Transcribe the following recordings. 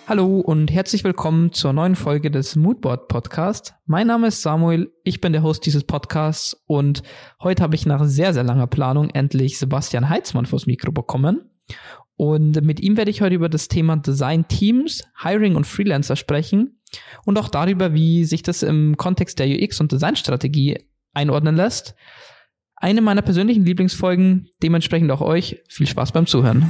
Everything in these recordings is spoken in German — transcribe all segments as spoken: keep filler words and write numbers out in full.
Hallo und herzlich willkommen zur neuen Folge des Moodboard Podcast. Mein Name ist Samuel, ich bin der Host dieses Podcasts und heute habe ich nach sehr, sehr langer Planung endlich Sebastian Heitzmann vors Mikro bekommen. Und mit ihm werde ich heute über das Thema Design Teams, Hiring und Freelancer sprechen und auch darüber, wie sich das im Kontext der U X- und Designstrategie einordnen lässt. Eine meiner persönlichen Lieblingsfolgen, dementsprechend auch euch. Viel Spaß beim Zuhören.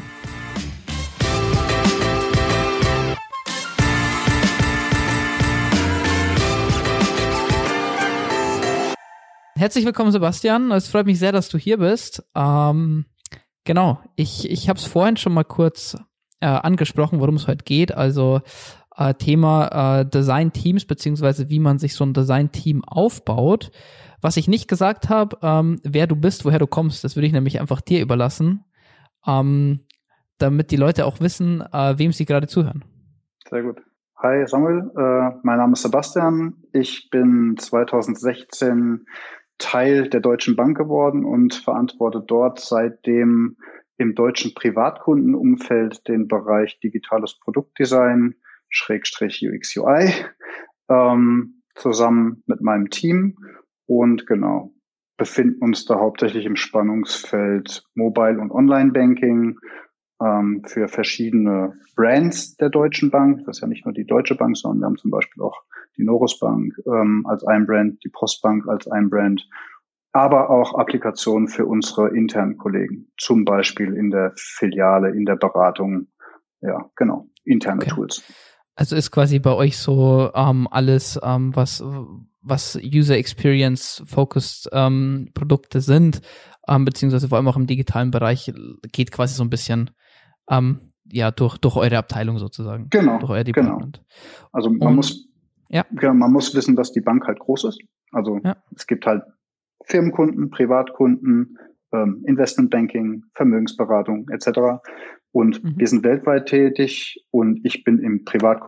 Herzlich willkommen, Sebastian. Es freut mich sehr, dass du hier bist. Ähm, genau, ich, ich habe es vorhin schon mal kurz äh, angesprochen, worum es heute geht. Also äh, Thema äh, Design-Teams, beziehungsweise wie man sich so ein Design-Team aufbaut. Was ich nicht gesagt habe, ähm, wer du bist, woher du kommst, das würde ich nämlich einfach dir überlassen, ähm, damit die Leute auch wissen, äh, wem sie gerade zuhören. Sehr gut. Hi Samuel, äh, mein Name ist Sebastian. Ich bin zweitausendsechzehn Teil der Deutschen Bank geworden und verantworte dort seitdem im deutschen Privatkundenumfeld den Bereich digitales Produktdesign, Schrägstrich U X U I, ähm, zusammen mit meinem Team und genau, befinden uns da hauptsächlich im Spannungsfeld Mobile- und Online-Banking, ähm, für verschiedene Brands der Deutschen Bank. Das ist ja nicht nur die Deutsche Bank, sondern wir haben zum Beispiel auch die Norus Bank ähm, als ein Brand, die Postbank als ein Brand, aber auch Applikationen für unsere internen Kollegen, zum Beispiel in der Filiale, in der Beratung. Ja, genau, interne Okay. Tools. Also ist quasi bei euch so ähm, alles, ähm, was was User Experience Focused ähm, Produkte sind, ähm, beziehungsweise vor allem auch im digitalen Bereich, geht quasi so ein bisschen ähm, ja durch durch eure Abteilung sozusagen, Genau, durch euer genau. Department. Also man Und, muss ja, genau, man muss wissen, dass die Bank halt groß ist. Also ja, es gibt halt Firmenkunden, Privatkunden, ähm, Investmentbanking, Vermögensberatung et cetera. Und mhm. wir sind weltweit tätig und ich bin im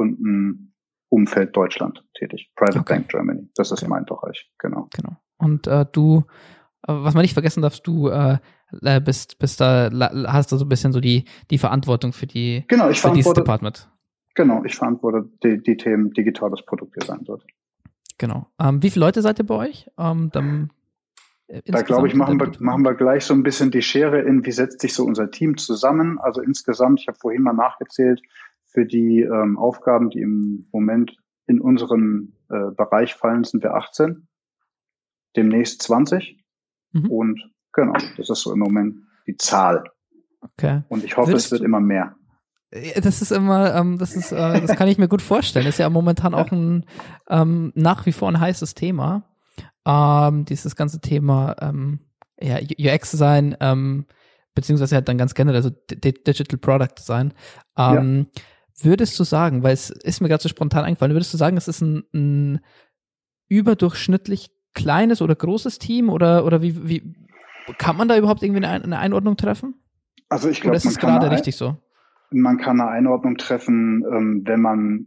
Privatkundenumfeld Deutschland tätig. Private Okay. Bank Germany. Das ist Okay. mein Bereich, genau. Genau. Und äh, du, äh, was man nicht vergessen darf, du äh, bist, bist da, hast da so ein bisschen so die, die Verantwortung für die, Genau, ich für dieses verantworte, Department. genau, ich verantworte die, die Themen digitales Produktdesign dort. Genau. Ähm, wie viele Leute seid ihr bei euch? Ähm, dann, äh, Da glaube ich, insgesamt in machen deinem wir, machen Department? wir gleich so ein bisschen die Schere in, wie setzt sich so unser Team zusammen. Also insgesamt, ich habe vorhin mal nachgezählt, für die ähm, Aufgaben, die im Moment in unseren äh, Bereich fallen, sind wir achtzehn, demnächst zwanzig. Mhm. Und genau, das ist so im Moment die Zahl. Okay. Und ich hoffe, Würdest es wird du, immer mehr. das ist immer, ähm, das ist, äh, das kann ich mir gut vorstellen. Das ist ja momentan Ja. auch ein ähm, nach wie vor ein heißes Thema. Ähm, dieses ganze Thema ähm, ja, U X Design, ähm, beziehungsweise halt dann ganz generell, also D- Digital Product Design. Ja. Ähm, würdest du sagen, weil es ist mir gerade so spontan eingefallen, würdest du sagen, es ist ein, ein überdurchschnittlich kleines oder großes Team oder, oder wie, wie kann man da überhaupt irgendwie eine, eine Einordnung treffen? Also ich Oder glaube, ist man es kann gerade eine, richtig so? man kann eine Einordnung treffen, ähm, wenn man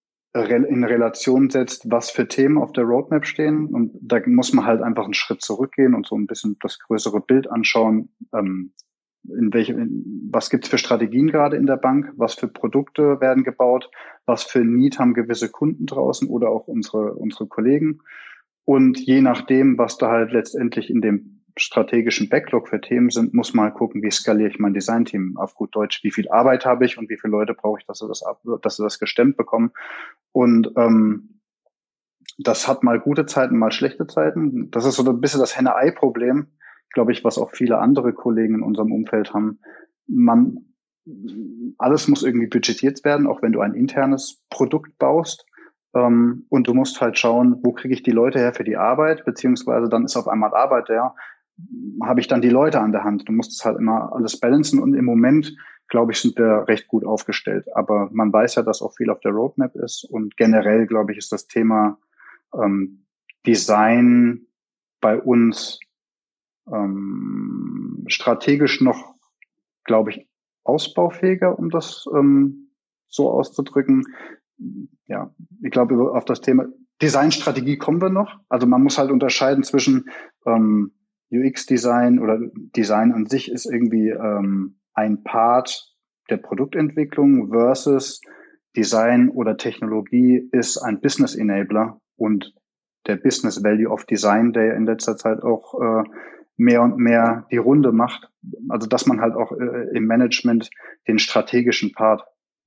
in Relation setzt, was für Themen auf der Roadmap stehen. Und da muss man halt einfach einen Schritt zurückgehen und so ein bisschen das größere Bild anschauen. Ähm, in welche, in, was gibt's für Strategien gerade in der Bank? Was für Produkte werden gebaut? Was für Need haben gewisse Kunden draußen oder auch unsere, unsere Kollegen? Und je nachdem, was da halt letztendlich in dem strategischen Backlog für Themen sind, muss man halt gucken, wie skaliere ich mein Designteam auf gut Deutsch, wie viel Arbeit habe ich und wie viele Leute brauche ich, dass sie das, ab, dass sie das gestemmt bekommen. Und ähm, das hat mal gute Zeiten, mal schlechte Zeiten. Das ist so ein bisschen das Henne-Ei-Problem, glaube ich, was auch viele andere Kollegen in unserem Umfeld haben. Man, alles muss irgendwie budgetiert werden, auch wenn du ein internes Produkt baust. Ähm, und du musst halt schauen, wo kriege ich die Leute her für die Arbeit, beziehungsweise dann ist auf einmal Arbeit da, habe ich dann die Leute an der Hand. Du musst es halt immer alles balancen und im Moment, glaube ich, sind wir recht gut aufgestellt. Aber man weiß ja, dass auch viel auf der Roadmap ist und generell, glaube ich, ist das Thema ähm, Design bei uns ähm, strategisch noch, glaube ich, ausbaufähiger, um das ähm, so auszudrücken. Ja, ich glaube, auf das Thema Designstrategie kommen wir noch. Also man muss halt unterscheiden zwischen ähm, U X-Design oder Design an sich ist irgendwie ähm, ein Part der Produktentwicklung versus Design oder Technologie ist ein Business Enabler und der Business Value of Design, der in letzter Zeit auch äh, mehr und mehr die Runde macht. Also dass man halt auch äh, im Management den strategischen Part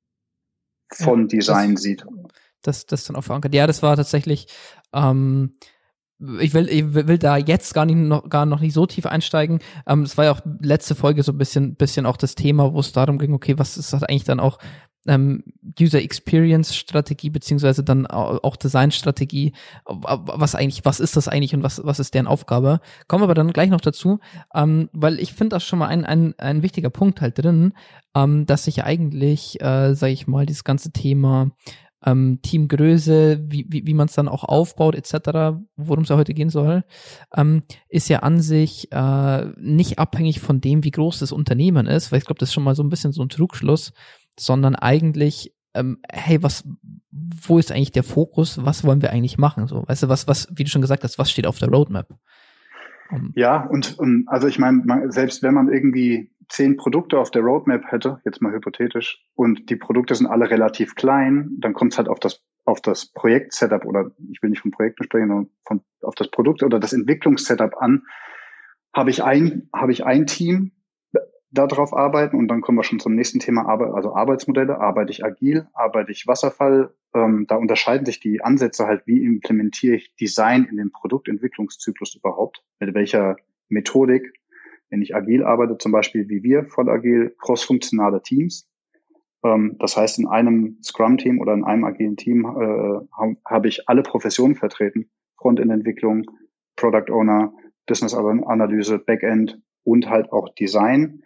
von ja, Design das, sieht. das, das dann auch verankert. Ja, das war tatsächlich, ähm, ich will, ich will da jetzt gar nicht noch, gar noch nicht so tief einsteigen. Ähm, es war ja auch letzte Folge so ein bisschen, bisschen auch das Thema, wo es darum ging, okay, was ist das eigentlich dann auch ähm, User Experience Strategie beziehungsweise dann auch Design Strategie. Was eigentlich, was ist das eigentlich und was, was ist deren Aufgabe? Kommen wir aber dann gleich noch dazu, ähm, weil ich finde das schon mal ein, ein, ein wichtiger Punkt halt drin, ähm, dass sich eigentlich, äh, sage ich mal, dieses ganze Thema Ähm, Teamgröße, wie, wie, wie man es dann auch aufbaut, et cetera, worum es ja heute gehen soll, ähm, ist ja an sich äh, nicht abhängig von dem, wie groß das Unternehmen ist, weil ich glaube, das ist schon mal so ein bisschen so ein Trugschluss, sondern eigentlich, ähm, hey, was, wo ist eigentlich der Fokus, was wollen wir eigentlich machen? So, weißt du, was, was, wie du schon gesagt hast, was steht auf der Roadmap? Um, Ja, und um, also ich meine, selbst wenn man irgendwie zehn Produkte auf der Roadmap hätte, jetzt mal hypothetisch, und die Produkte sind alle relativ klein, dann kommt es halt auf das auf das Projekt-Setup oder ich will nicht von Projekten sprechen, sondern von, auf das Produkt oder das Entwicklungssetup an. Habe ich ein habe ich ein Team, darauf arbeiten und dann kommen wir schon zum nächsten Thema, also Arbeitsmodelle. Arbeite ich agil, arbeite ich Wasserfall? Ähm, da unterscheiden sich die Ansätze halt, wie implementiere ich Design in den Produktentwicklungszyklus überhaupt, mit welcher Methodik. Wenn ich agil arbeite, zum Beispiel wie wir, voll agil, crossfunktionale Teams. Ähm, das heißt, in einem Scrum-Team oder in einem agilen Team äh, habe hab ich alle Professionen vertreten. Frontend-Entwicklung, Product Owner, Business-Analyse, Backend und halt auch Design.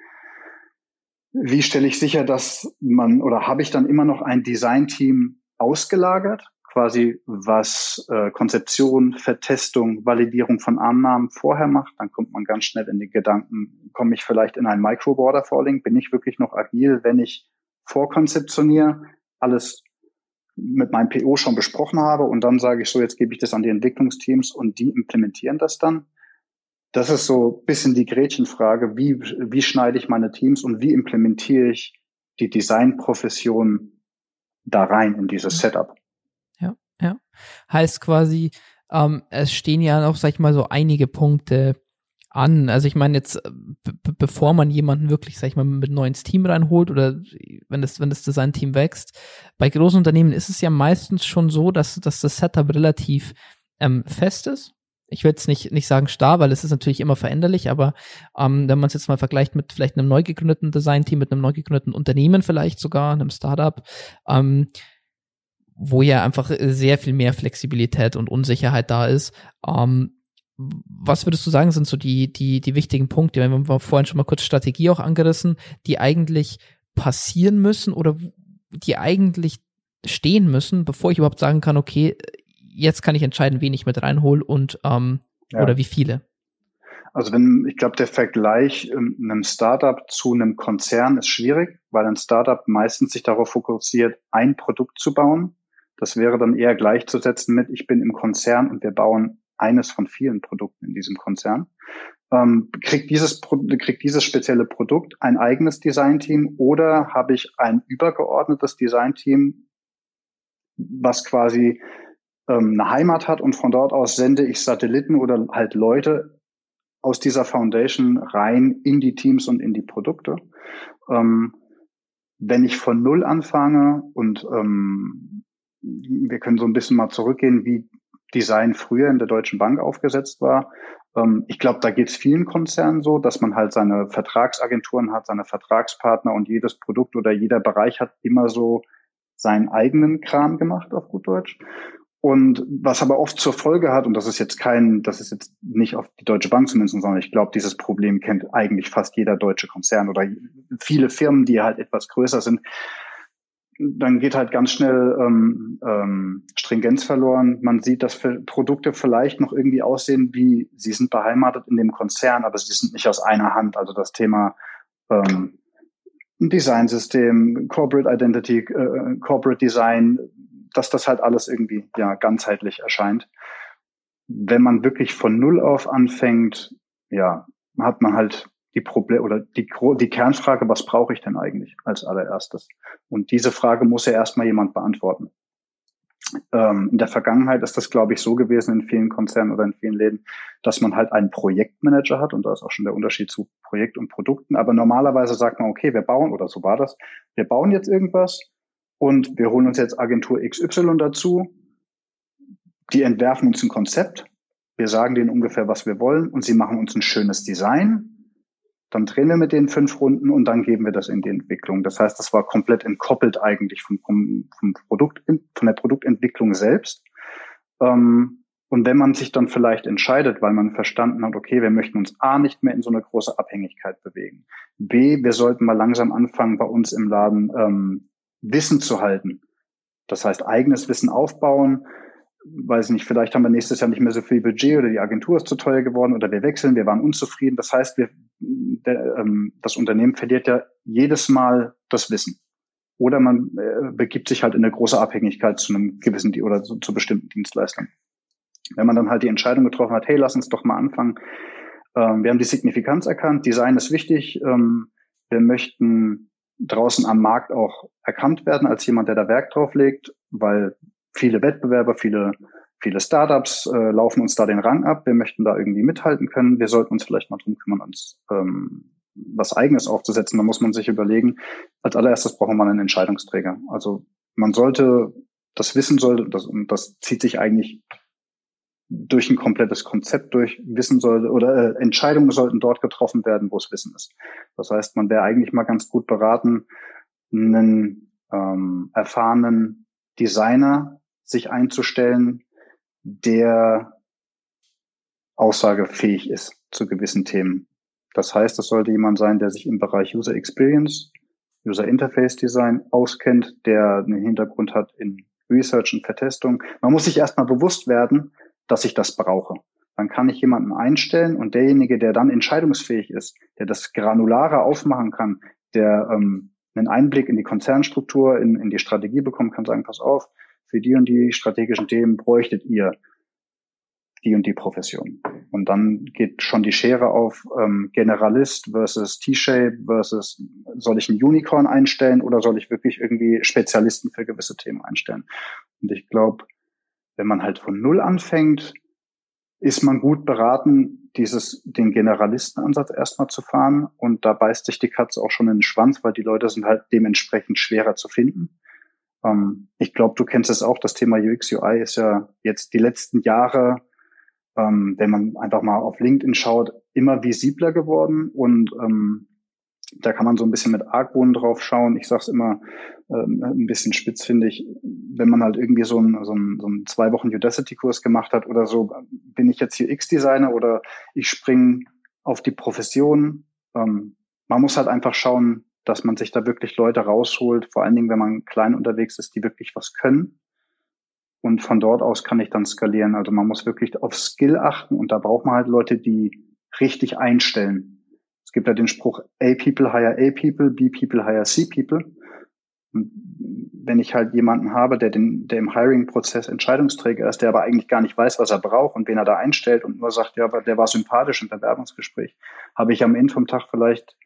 Wie stelle ich sicher, dass man oder habe ich dann immer noch ein Design-Team ausgelagert, quasi was äh, Konzeption, Vertestung, Validierung von Annahmen vorher macht? Dann kommt man ganz schnell in die Gedanken, komme ich vielleicht in ein Micro-Border-Falling? Bin ich wirklich noch agil, wenn ich vorkonzeptioniere, alles mit meinem P O schon besprochen habe und dann sage ich so, jetzt gebe ich das an die Entwicklungsteams und die implementieren das dann? Das ist so ein bisschen die Gretchenfrage, wie, wie schneide ich meine Teams und wie implementiere ich die Designprofession da rein in dieses Setup? ja, ja. Heißt quasi, ähm, es stehen ja noch, sag ich mal, so einige Punkte an. Also ich meine jetzt, be- bevor man jemanden wirklich, sag ich mal, mit neu ins Team reinholt oder wenn das, wenn das Design-Team wächst, bei großen Unternehmen ist es ja meistens schon so, dass, dass das Setup relativ ähm, fest ist. Ich will jetzt nicht, nicht sagen starr, weil es ist natürlich immer veränderlich, aber ähm, wenn man es jetzt mal vergleicht mit vielleicht einem neu gegründeten Design-Team, mit einem neu gegründeten Unternehmen vielleicht sogar, einem Startup, ähm, wo ja einfach sehr viel mehr Flexibilität und Unsicherheit da ist. Ähm, was würdest du sagen, sind so die, die, die wichtigen Punkte? Wir haben vorhin schon mal kurz Strategie auch angerissen, die eigentlich passieren müssen oder die eigentlich stehen müssen, bevor ich überhaupt sagen kann, okay, jetzt kann ich entscheiden, wen ich mit reinhole und ähm, ja. Oder wie viele. Also wenn, ich glaube, der Vergleich in einem Startup zu einem Konzern ist schwierig, weil ein Startup meistens sich darauf fokussiert, ein Produkt zu bauen. Das wäre dann eher gleichzusetzen mit, ich bin im Konzern und wir bauen eines von vielen Produkten in diesem Konzern. Ähm, kriegt dieses, kriegt dieses spezielle Produkt ein eigenes Designteam oder habe ich ein übergeordnetes Designteam, was quasi ähm, eine Heimat hat und von dort aus sende ich Satelliten oder halt Leute aus dieser Foundation rein in die Teams und in die Produkte. Ähm, wenn ich von Null anfange und ähm, wir können so ein bisschen mal zurückgehen, wie Design früher in der Deutschen Bank aufgesetzt war. Ähm, ich glaube, da geht es vielen Konzernen so, dass man halt seine Vertragsagenturen hat, seine Vertragspartner und jedes Produkt oder jeder Bereich hat immer so seinen eigenen Kram gemacht, auf gut Deutsch. Und was aber oft zur Folge hat, und das ist jetzt kein, das ist jetzt nicht auf die Deutsche Bank zumindest, sondern ich glaube, dieses Problem kennt eigentlich fast jeder deutsche Konzern oder viele Firmen, die halt etwas größer sind. Dann geht halt ganz schnell ähm, ähm, Stringenz verloren. Man sieht, dass für Produkte vielleicht noch irgendwie aussehen, wie sie sind beheimatet in dem Konzern, aber sie sind nicht aus einer Hand. Also das Thema ähm, Designsystem, Corporate Identity, äh, Corporate Design, dass das halt alles irgendwie ja ganzheitlich erscheint. Wenn man wirklich von Null auf anfängt, ja, hat man halt die Problem oder die, die Kernfrage, was brauche ich denn eigentlich als allererstes? Und diese Frage muss ja erstmal jemand beantworten. Ähm, in der Vergangenheit ist das, glaube ich, so gewesen in vielen Konzernen oder in vielen Läden, dass man halt einen Projektmanager hat, und da ist auch schon der Unterschied zu Projekt und Produkten. Aber normalerweise sagt man, okay, wir bauen, oder so war das, wir bauen jetzt irgendwas und wir holen uns jetzt Agentur X Y dazu, die entwerfen uns ein Konzept, wir sagen denen ungefähr, was wir wollen, und sie machen uns ein schönes Design. Dann drehen wir mit denen fünf Runden und dann geben wir das in die Entwicklung. Das heißt, das war komplett entkoppelt eigentlich vom, vom, vom Produkt, von der Produktentwicklung selbst. Ähm, und wenn man sich dann vielleicht entscheidet, weil man verstanden hat, okay, wir möchten uns A, nicht mehr in so eine große Abhängigkeit bewegen. B, wir sollten mal langsam anfangen, bei uns im Laden ähm, Wissen zu halten. Das heißt, eigenes Wissen aufbauen. Weiß nicht, vielleicht haben wir nächstes Jahr nicht mehr so viel Budget oder die Agentur ist zu teuer geworden oder wir wechseln, wir waren unzufrieden. Das heißt, wir, der, ähm, das Unternehmen verliert ja jedes Mal das Wissen. Oder man äh, begibt sich halt in eine große Abhängigkeit zu einem gewissen oder zu, zu bestimmten Dienstleistern. Wenn man dann halt die Entscheidung getroffen hat, hey, lass uns doch mal anfangen. Ähm, wir haben die Signifikanz erkannt, Design ist wichtig. Ähm, wir möchten draußen am Markt auch erkannt werden als jemand, der da Wert drauf legt, weil viele Wettbewerber, viele, viele Startups äh, laufen uns da den Rang ab. Wir möchten da irgendwie mithalten können. Wir sollten uns vielleicht mal drum kümmern, uns ähm, was Eigenes aufzusetzen. Da muss man sich überlegen, als allererstes braucht man einen Entscheidungsträger. Also man sollte, das Wissen sollte, das, und das zieht sich eigentlich durch ein komplettes Konzept durch, Wissen sollte, oder äh, Entscheidungen sollten dort getroffen werden, wo es Wissen ist. Das heißt, man wäre eigentlich mal ganz gut beraten, einen ähm, erfahrenen Designer sich einzustellen, der aussagefähig ist zu gewissen Themen. Das heißt, es sollte jemand sein, der sich im Bereich User Experience, User Interface Design auskennt, der einen Hintergrund hat in Research und Vertestung. Man muss sich erstmal bewusst werden, dass ich das brauche. Dann kann ich jemanden einstellen und derjenige, der dann entscheidungsfähig ist, der das Granulare aufmachen kann, der ähm, einen Einblick in die Konzernstruktur, in, in die Strategie bekommen kann, sagen, pass auf, für die und die strategischen Themen bräuchtet ihr die und die Profession. Und dann geht schon die Schere auf ähm, Generalist versus T-Shape versus soll ich einen Unicorn einstellen oder soll ich wirklich irgendwie Spezialisten für gewisse Themen einstellen. Und ich glaube, wenn man halt von Null anfängt, ist man gut beraten, dieses, den Generalistenansatz erstmal zu fahren. Und da beißt sich die Katze auch schon in den Schwanz, weil die Leute sind halt dementsprechend schwerer zu finden. Ähm, ich glaube, du kennst es auch, das Thema U X, U I ist ja jetzt die letzten Jahre, ähm, wenn man einfach mal auf LinkedIn schaut, immer visibler geworden. Und ähm, da kann man so ein bisschen mit Argwohn drauf schauen. Ich sag's immer ähm, ein bisschen spitz, finde ich. Wenn man halt irgendwie so einen so einen, so einen zwei Wochen Udacity-Kurs gemacht hat oder so, bin ich jetzt U X-Designer oder ich springe auf die Profession. Ähm, man muss halt einfach schauen, dass man sich da wirklich Leute rausholt, vor allen Dingen, wenn man klein unterwegs ist, die wirklich was können. Und von dort aus kann ich dann skalieren. Also man muss wirklich auf Skill achten und da braucht man halt Leute, die richtig einstellen. Es gibt ja den Spruch, A people hire A people, B people hire C people. Und wenn ich halt jemanden habe, der den, der im Hiring-Prozess Entscheidungsträger ist, der aber eigentlich gar nicht weiß, was er braucht und wen er da einstellt und nur sagt, ja, aber der war sympathisch im Bewerbungsgespräch, habe ich am Ende vom Tag vielleicht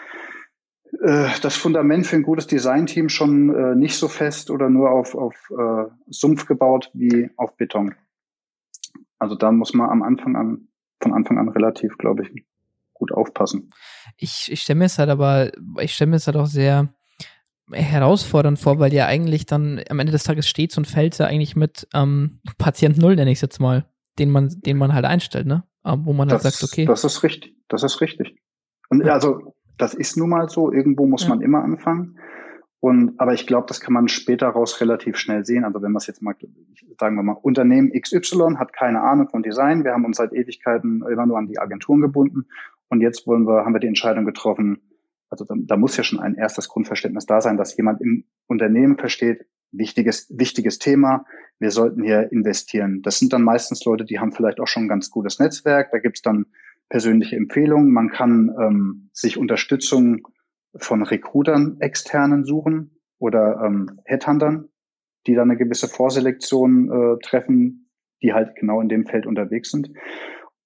äh, das Fundament für ein gutes Designteam schon äh, nicht so fest oder nur auf, auf äh, Sumpf gebaut wie auf Beton. Also da muss man am Anfang an, von Anfang an relativ, glaube ich, gut aufpassen. Ich, ich stelle mir es halt aber, ich stelle mir es halt auch sehr herausfordernd vor, weil ja eigentlich dann am Ende des Tages steht und fällt ja eigentlich mit ähm, Patient Null, nenne ich es jetzt mal, den man, den man halt einstellt, ne? Aber wo man halt Das, sagt, okay. das ist richtig, das ist richtig. Und ja. Also das ist nun mal so, irgendwo muss ja. man immer anfangen. Und aber ich glaube, das kann man später raus relativ schnell sehen. Also wenn wir es jetzt mal, sagen wir mal, Unternehmen X Y hat keine Ahnung von Design. Wir haben uns seit Ewigkeiten immer nur an die Agenturen gebunden. Und jetzt wollen wir, haben wir die Entscheidung getroffen. Also da, da muss ja schon ein erstes Grundverständnis da sein, dass jemand im Unternehmen versteht, wichtiges, wichtiges Thema. Wir sollten hier investieren. Das sind dann meistens Leute, die haben vielleicht auch schon ein ganz gutes Netzwerk. Da gibt's dann persönliche Empfehlungen. Man kann ähm, sich Unterstützung von Recruitern externen suchen oder ähm, Headhuntern, die dann eine gewisse Vorselektion äh, treffen, die halt genau in dem Feld unterwegs sind.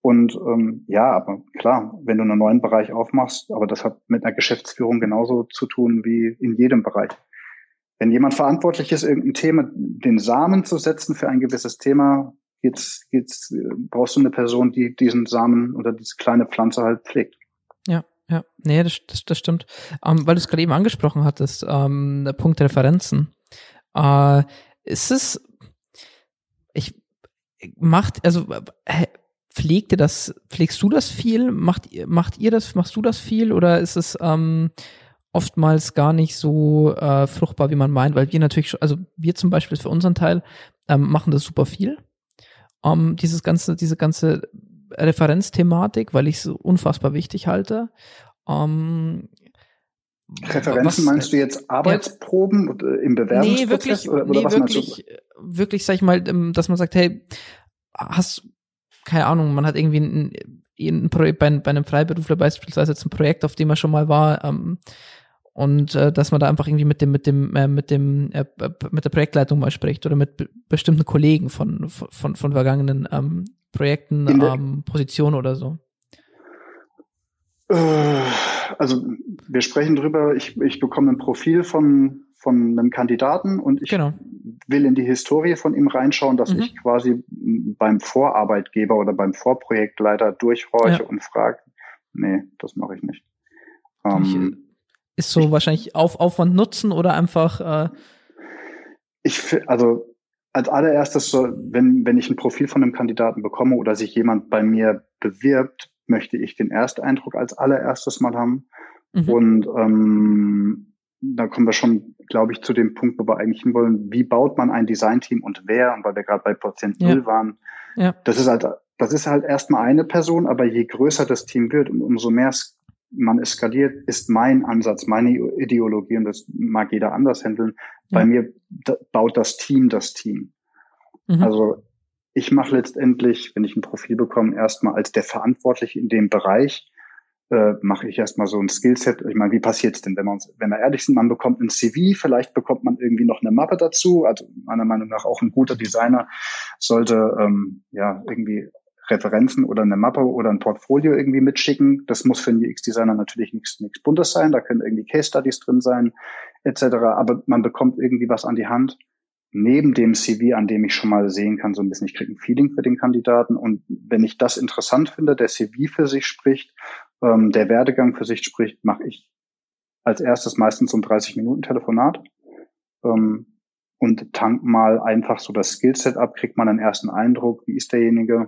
Und ähm, ja, aber klar, wenn du einen neuen Bereich aufmachst, aber das hat mit einer Geschäftsführung genauso zu tun wie in jedem Bereich. Wenn jemand verantwortlich ist, irgendein Thema, den Samen zu setzen für ein gewisses Thema, geht's, geht's, brauchst du eine Person, die diesen Samen oder diese kleine Pflanze halt pflegt. Ja, ja, nee, das, das, das stimmt. Ähm, weil du es gerade eben angesprochen hattest, ähm, der Punkt Referenzen. Äh, ist es, ich, macht, also, äh, pflegt ihr das, pflegst du das viel? Macht, macht ihr das, machst du das viel? Oder ist es, ähm, oftmals gar nicht so äh, fruchtbar, wie man meint, weil wir natürlich, schon, also wir zum Beispiel für unseren Teil ähm, machen das super viel. Um, dieses ganze, diese ganze Referenzthematik, weil ich es so unfassbar wichtig halte. Um, Referenzen was, meinst du jetzt Arbeitsproben ja, im Bewerbungsprozess? Nee, wirklich, oder, oder nee, was wirklich, wirklich, sag ich mal, dass man sagt, hey, hast, keine Ahnung, man hat irgendwie ein, ein Projekt, bei, bei einem Freiberufler beispielsweise jetzt ein Projekt, auf dem er schon mal war, ähm, und äh, dass man da einfach irgendwie mit dem mit dem äh, mit dem äh, mit der Projektleitung mal spricht oder mit be- bestimmten Kollegen von von von vergangenen ähm, Projekten, ähm, Positionen oder so. Also wir sprechen drüber. Ich ich bekomme ein Profil von von einem Kandidaten und ich genau. will in die Historie von ihm reinschauen, dass mhm. ich quasi beim Vorarbeitgeber oder beim Vorprojektleiter durchhorche ja. und frage. Nee, das mache ich nicht. Ähm, Ist so ich, wahrscheinlich auf, Aufwand nutzen oder einfach äh ich also als allererstes so, wenn wenn ich ein Profil von einem Kandidaten bekomme oder sich jemand bei mir bewirbt, möchte ich den Ersteindruck als allererstes mal haben. Mhm. Und ähm, da kommen wir schon, glaube ich, zu dem Punkt, wo wir eigentlich hin wollen, wie baut man ein Designteam und wer, und weil wir gerade bei Prozent Null ja. waren, ja. das ist halt das ist halt erstmal eine Person, aber je größer das Team wird und umso mehr man eskaliert, ist mein Ansatz, meine Ideologie, und das mag jeder anders handeln. Ja. Bei mir da, baut das Team das Team. Mhm. Also ich mache letztendlich, wenn ich ein Profil bekomme, erstmal als der Verantwortliche in dem Bereich, äh, mache ich erstmal so ein Skillset. Ich meine, wie passiert's denn, wenn wir uns, wenn wir ehrlich sind, man bekommt ein C V, vielleicht bekommt man irgendwie noch eine Mappe dazu. Also meiner Meinung nach auch ein guter Designer sollte ähm, ja irgendwie Referenzen oder eine Mappe oder ein Portfolio irgendwie mitschicken. Das muss für einen U X-Designer natürlich nichts nichts Buntes sein. Da können irgendwie Case Studies drin sein, et cetera. Aber man bekommt irgendwie was an die Hand. Neben dem C V, an dem ich schon mal sehen kann, so ein bisschen, ich kriege ein Feeling für den Kandidaten. Und wenn ich das interessant finde, der C V für sich spricht, ähm, der Werdegang für sich spricht, mache ich als erstes meistens so ein dreißig Minuten Telefonat ähm, und tank mal einfach so das Skillset ab, kriegt man einen ersten Eindruck, wie ist derjenige.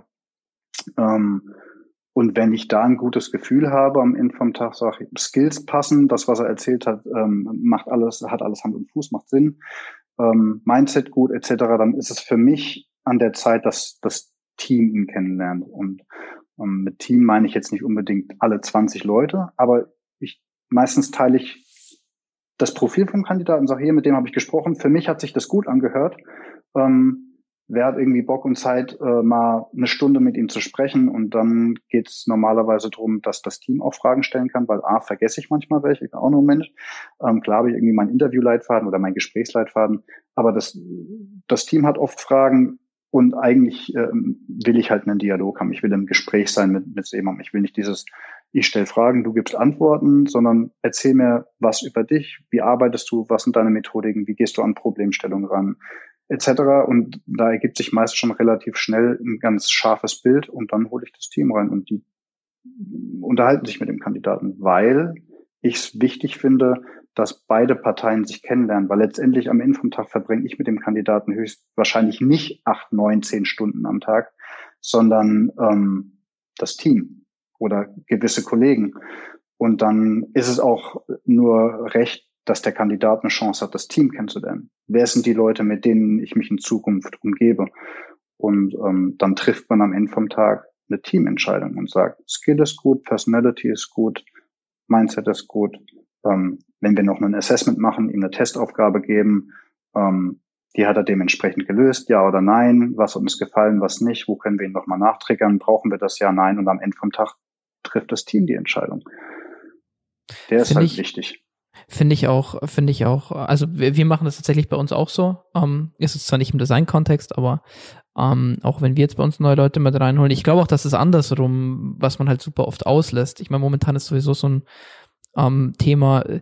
Ähm, und wenn ich da ein gutes Gefühl habe am Ende vom Tag, sage ich, Skills passen, das, was er erzählt hat, ähm, macht alles, hat alles Hand und Fuß, macht Sinn, ähm, Mindset gut, et cetera, dann ist es für mich an der Zeit, dass das Team ihn kennenlernt. Und ähm, mit Team meine ich jetzt nicht unbedingt alle zwanzig Leute, aber ich meistens teile ich das Profil vom Kandidaten, sage hier, mit dem habe ich gesprochen. Für mich hat sich das gut angehört. Ähm, Wer hat irgendwie Bock und Zeit, äh, mal eine Stunde mit ihm zu sprechen? Und dann geht es normalerweise darum, dass das Team auch Fragen stellen kann, weil A, vergesse ich manchmal welche, ich bin auch nur ein Mensch. Ähm, klar habe ich irgendwie meinen Interviewleitfaden oder meinen Gesprächsleitfaden, aber das, das Team hat oft Fragen und eigentlich ähm, will ich halt einen Dialog haben. Ich will im Gespräch sein mit, mit jemandem. Ich will nicht dieses, ich stelle Fragen, du gibst Antworten, sondern erzähl mir was über dich, wie arbeitest du, was sind deine Methodiken, wie gehst du an Problemstellungen ran, et cetera. Und da ergibt sich meist schon relativ schnell ein ganz scharfes Bild und dann hole ich das Team rein und die unterhalten sich mit dem Kandidaten, weil ich es wichtig finde, dass beide Parteien sich kennenlernen, weil letztendlich am Ende vom Tag verbringe ich mit dem Kandidaten höchstwahrscheinlich nicht acht, neun, zehn Stunden am Tag, sondern ähm, das Team oder gewisse Kollegen. Und dann ist es auch nur recht, dass der Kandidat eine Chance hat, das Team kennenzulernen. Wer sind die Leute, mit denen ich mich in Zukunft umgebe? Und ähm, dann trifft man am Ende vom Tag eine Teamentscheidung und sagt, Skill ist gut, Personality ist gut, Mindset ist gut. Ähm, wenn wir noch ein Assessment machen, ihm eine Testaufgabe geben, ähm, die hat er dementsprechend gelöst, ja oder nein, was hat uns gefallen, was nicht, wo können wir ihn nochmal nachtriggern, brauchen wir das, ja, nein, und am Ende vom Tag trifft das Team die Entscheidung. Der ist halt wichtig. Finde ich auch, finde ich auch, also wir, wir machen das tatsächlich bei uns auch so, ähm, ist es zwar nicht im Design-Kontext, aber Ähm, auch wenn wir jetzt bei uns neue Leute mit reinholen. Ich glaube auch, dass es andersrum, was man halt super oft auslässt. Ich meine, momentan ist sowieso so ein ähm, Thema, äh,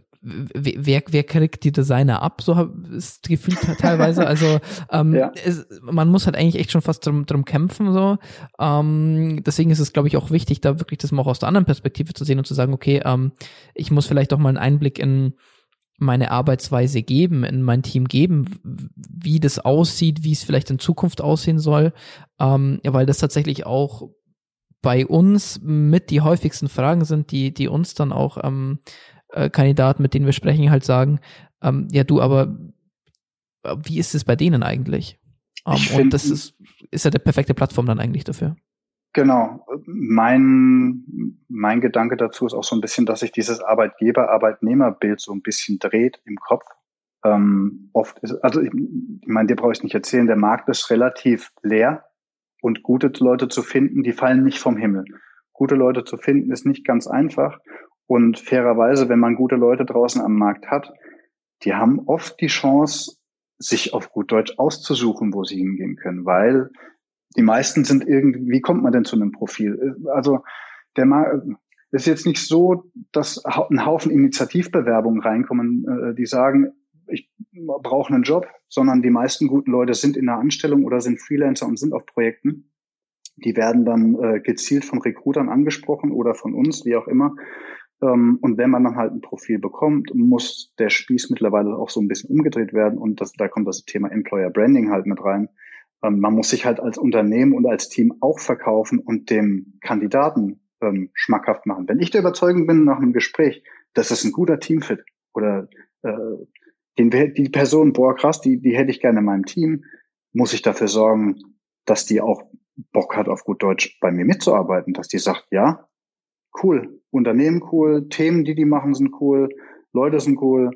wer, wer kriegt die Designer ab, so hab, ist gefühlt teilweise, also ähm, Ja. es, man muss halt eigentlich echt schon fast drum, drum kämpfen, so, ähm, deswegen ist es, glaube ich, auch wichtig, da wirklich das mal auch aus der anderen Perspektive zu sehen und zu sagen, okay, ähm, ich muss vielleicht auch mal einen Einblick in meine Arbeitsweise geben, in mein Team geben, wie das aussieht, wie es vielleicht in Zukunft aussehen soll, ähm, ja, weil das tatsächlich auch bei uns mit die häufigsten Fragen sind, die, die uns dann auch ähm, äh, Kandidaten, mit denen wir sprechen, halt sagen, ähm, ja du, aber äh, wie ist es bei denen eigentlich? Ähm, Ich und find, das ist, ist ja der perfekte Plattform dann eigentlich dafür. Genau. Mein, mein Gedanke dazu ist auch so ein bisschen, dass sich dieses Arbeitgeber-Arbeitnehmer-Bild so ein bisschen dreht im Kopf. Ähm, oft ist, also ich, ich meine, dir brauche ich nicht erzählen, der Markt ist relativ leer und gute Leute zu finden, die fallen nicht vom Himmel. Gute Leute zu finden ist nicht ganz einfach und fairerweise, wenn man gute Leute draußen am Markt hat, die haben oft die Chance, sich auf gut Deutsch auszusuchen, wo sie hingehen können, weil die meisten sind irgendwie, wie kommt man denn zu einem Profil? Also der Markt ist jetzt nicht so, dass ein Haufen Initiativbewerbungen reinkommen, die sagen, ich brauche einen Job, sondern die meisten guten Leute sind in einer Anstellung oder sind Freelancer und sind auf Projekten. Die werden dann äh, gezielt von Recruitern angesprochen oder von uns, wie auch immer. Ähm, und wenn man dann halt ein Profil bekommt, muss der Spieß mittlerweile auch so ein bisschen umgedreht werden. Und das, da kommt das Thema Employer Branding halt mit rein. Ähm, man muss sich halt als Unternehmen und als Team auch verkaufen und dem Kandidaten ähm, schmackhaft machen. Wenn ich der Überzeugung bin nach einem Gespräch, das ist ein guter Teamfit oder äh, den, die Person, boah krass, die, die hätte ich gerne in meinem Team, muss ich dafür sorgen, dass die auch Bock hat, auf gut Deutsch bei mir mitzuarbeiten, dass die sagt, ja, cool, Unternehmen cool, Themen, die die machen, sind cool, Leute sind cool,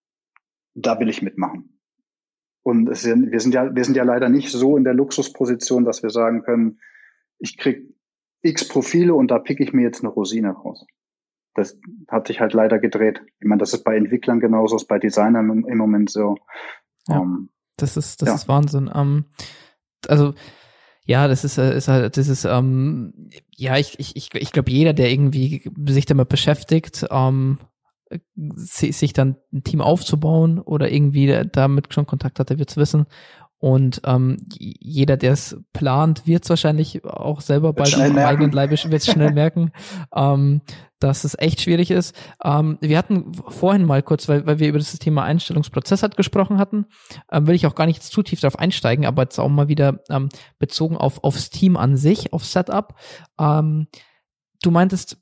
da will ich mitmachen. Und es sind, wir sind ja, wir sind ja leider nicht so in der Luxusposition, dass wir sagen können, ich krieg x Profile und da pick ich mir jetzt eine Rosine raus. Das hat sich halt leider gedreht. Ich meine, das ist bei Entwicklern genauso, ist bei Designern im Moment so. Ja, Um, das ist, das ja. ist Wahnsinn. Ähm, also ja, das ist, ist halt, das ist, ähm, ja, ich, ich, ich, ich glaube, jeder, der irgendwie sich damit beschäftigt, ähm, sich dann ein Team aufzubauen oder irgendwie damit schon Kontakt hat, der wird es wissen. Und ähm, jeder, der es plant, wird es wahrscheinlich auch selber bald am, am eigenen Leibe wird es schnell merken, ähm, dass es echt schwierig ist. Ähm, wir hatten vorhin mal kurz, weil, weil wir über das Thema Einstellungsprozess halt gesprochen hatten, ähm, will ich auch gar nicht jetzt zu tief darauf einsteigen, aber jetzt auch mal wieder ähm, bezogen auf aufs Team an sich, auf Setup. Ähm, du meintest,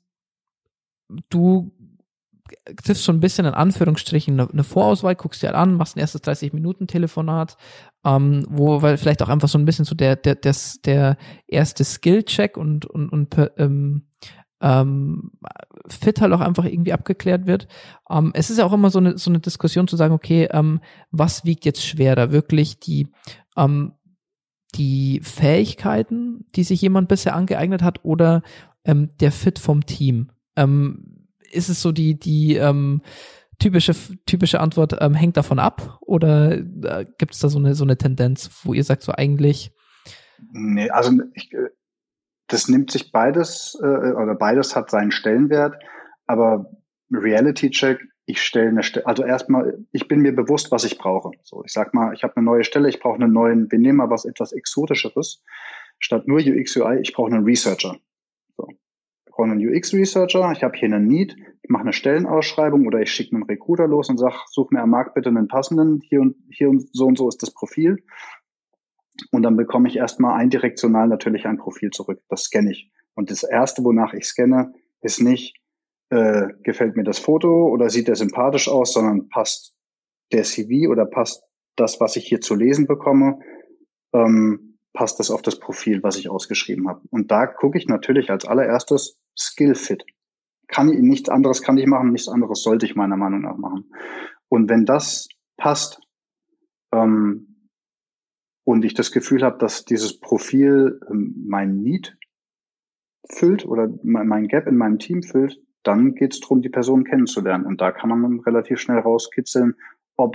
du triffst schon ein bisschen in Anführungsstrichen eine, eine Vorauswahl, guckst dir an, machst ein erstes dreißig-Minuten-Telefonat, ähm, wo weil vielleicht auch einfach so ein bisschen so der der der, der erste Skill-Check und und und ähm, ähm, Fit halt auch einfach irgendwie abgeklärt wird. Ähm, es ist ja auch immer so eine so eine Diskussion zu sagen, okay, ähm, was wiegt jetzt schwerer, wirklich die ähm, die Fähigkeiten, die sich jemand bisher angeeignet hat, oder ähm, der Fit vom Team? Ähm, ist es so die, die ähm, typische, typische Antwort, ähm, hängt davon ab? Oder äh, gibt es da so eine, so eine Tendenz, wo ihr sagt, so eigentlich? Nee, also ich, das nimmt sich beides, äh, oder beides hat seinen Stellenwert, aber Reality Check, ich stelle eine Stelle, also erstmal, ich bin mir bewusst, was ich brauche. So, ich sag mal, ich habe eine neue Stelle, ich brauche einen neuen, wir nehmen mal was etwas Exotischeres, statt nur U X, U I, ich brauche einen Researcher. So. Ich brauche einen U X-Researcher, ich habe hier einen Need, ich mache eine Stellenausschreibung oder ich schicke einen Recruiter los und sage, such mir am Markt bitte einen passenden, hier und hier und so und so ist das Profil. Und dann bekomme ich erstmal eindirektional natürlich ein Profil zurück. Das scanne ich. Und das Erste, wonach ich scanne, ist nicht, äh, gefällt mir das Foto oder sieht der sympathisch aus, sondern passt der C V oder passt das, was ich hier zu lesen bekomme, ähm, passt das auf das Profil, was ich ausgeschrieben habe. Und da gucke ich natürlich als allererstes Skill Fit. Kann ich, nichts anderes kann ich machen, nichts anderes sollte ich meiner Meinung nach machen. Und wenn das passt, ähm, und ich das Gefühl habe, dass dieses Profil ähm, mein Need füllt oder mein Gap in meinem Team füllt, dann geht es darum, die Person kennenzulernen. Und da kann man dann relativ schnell rauskitzeln, ob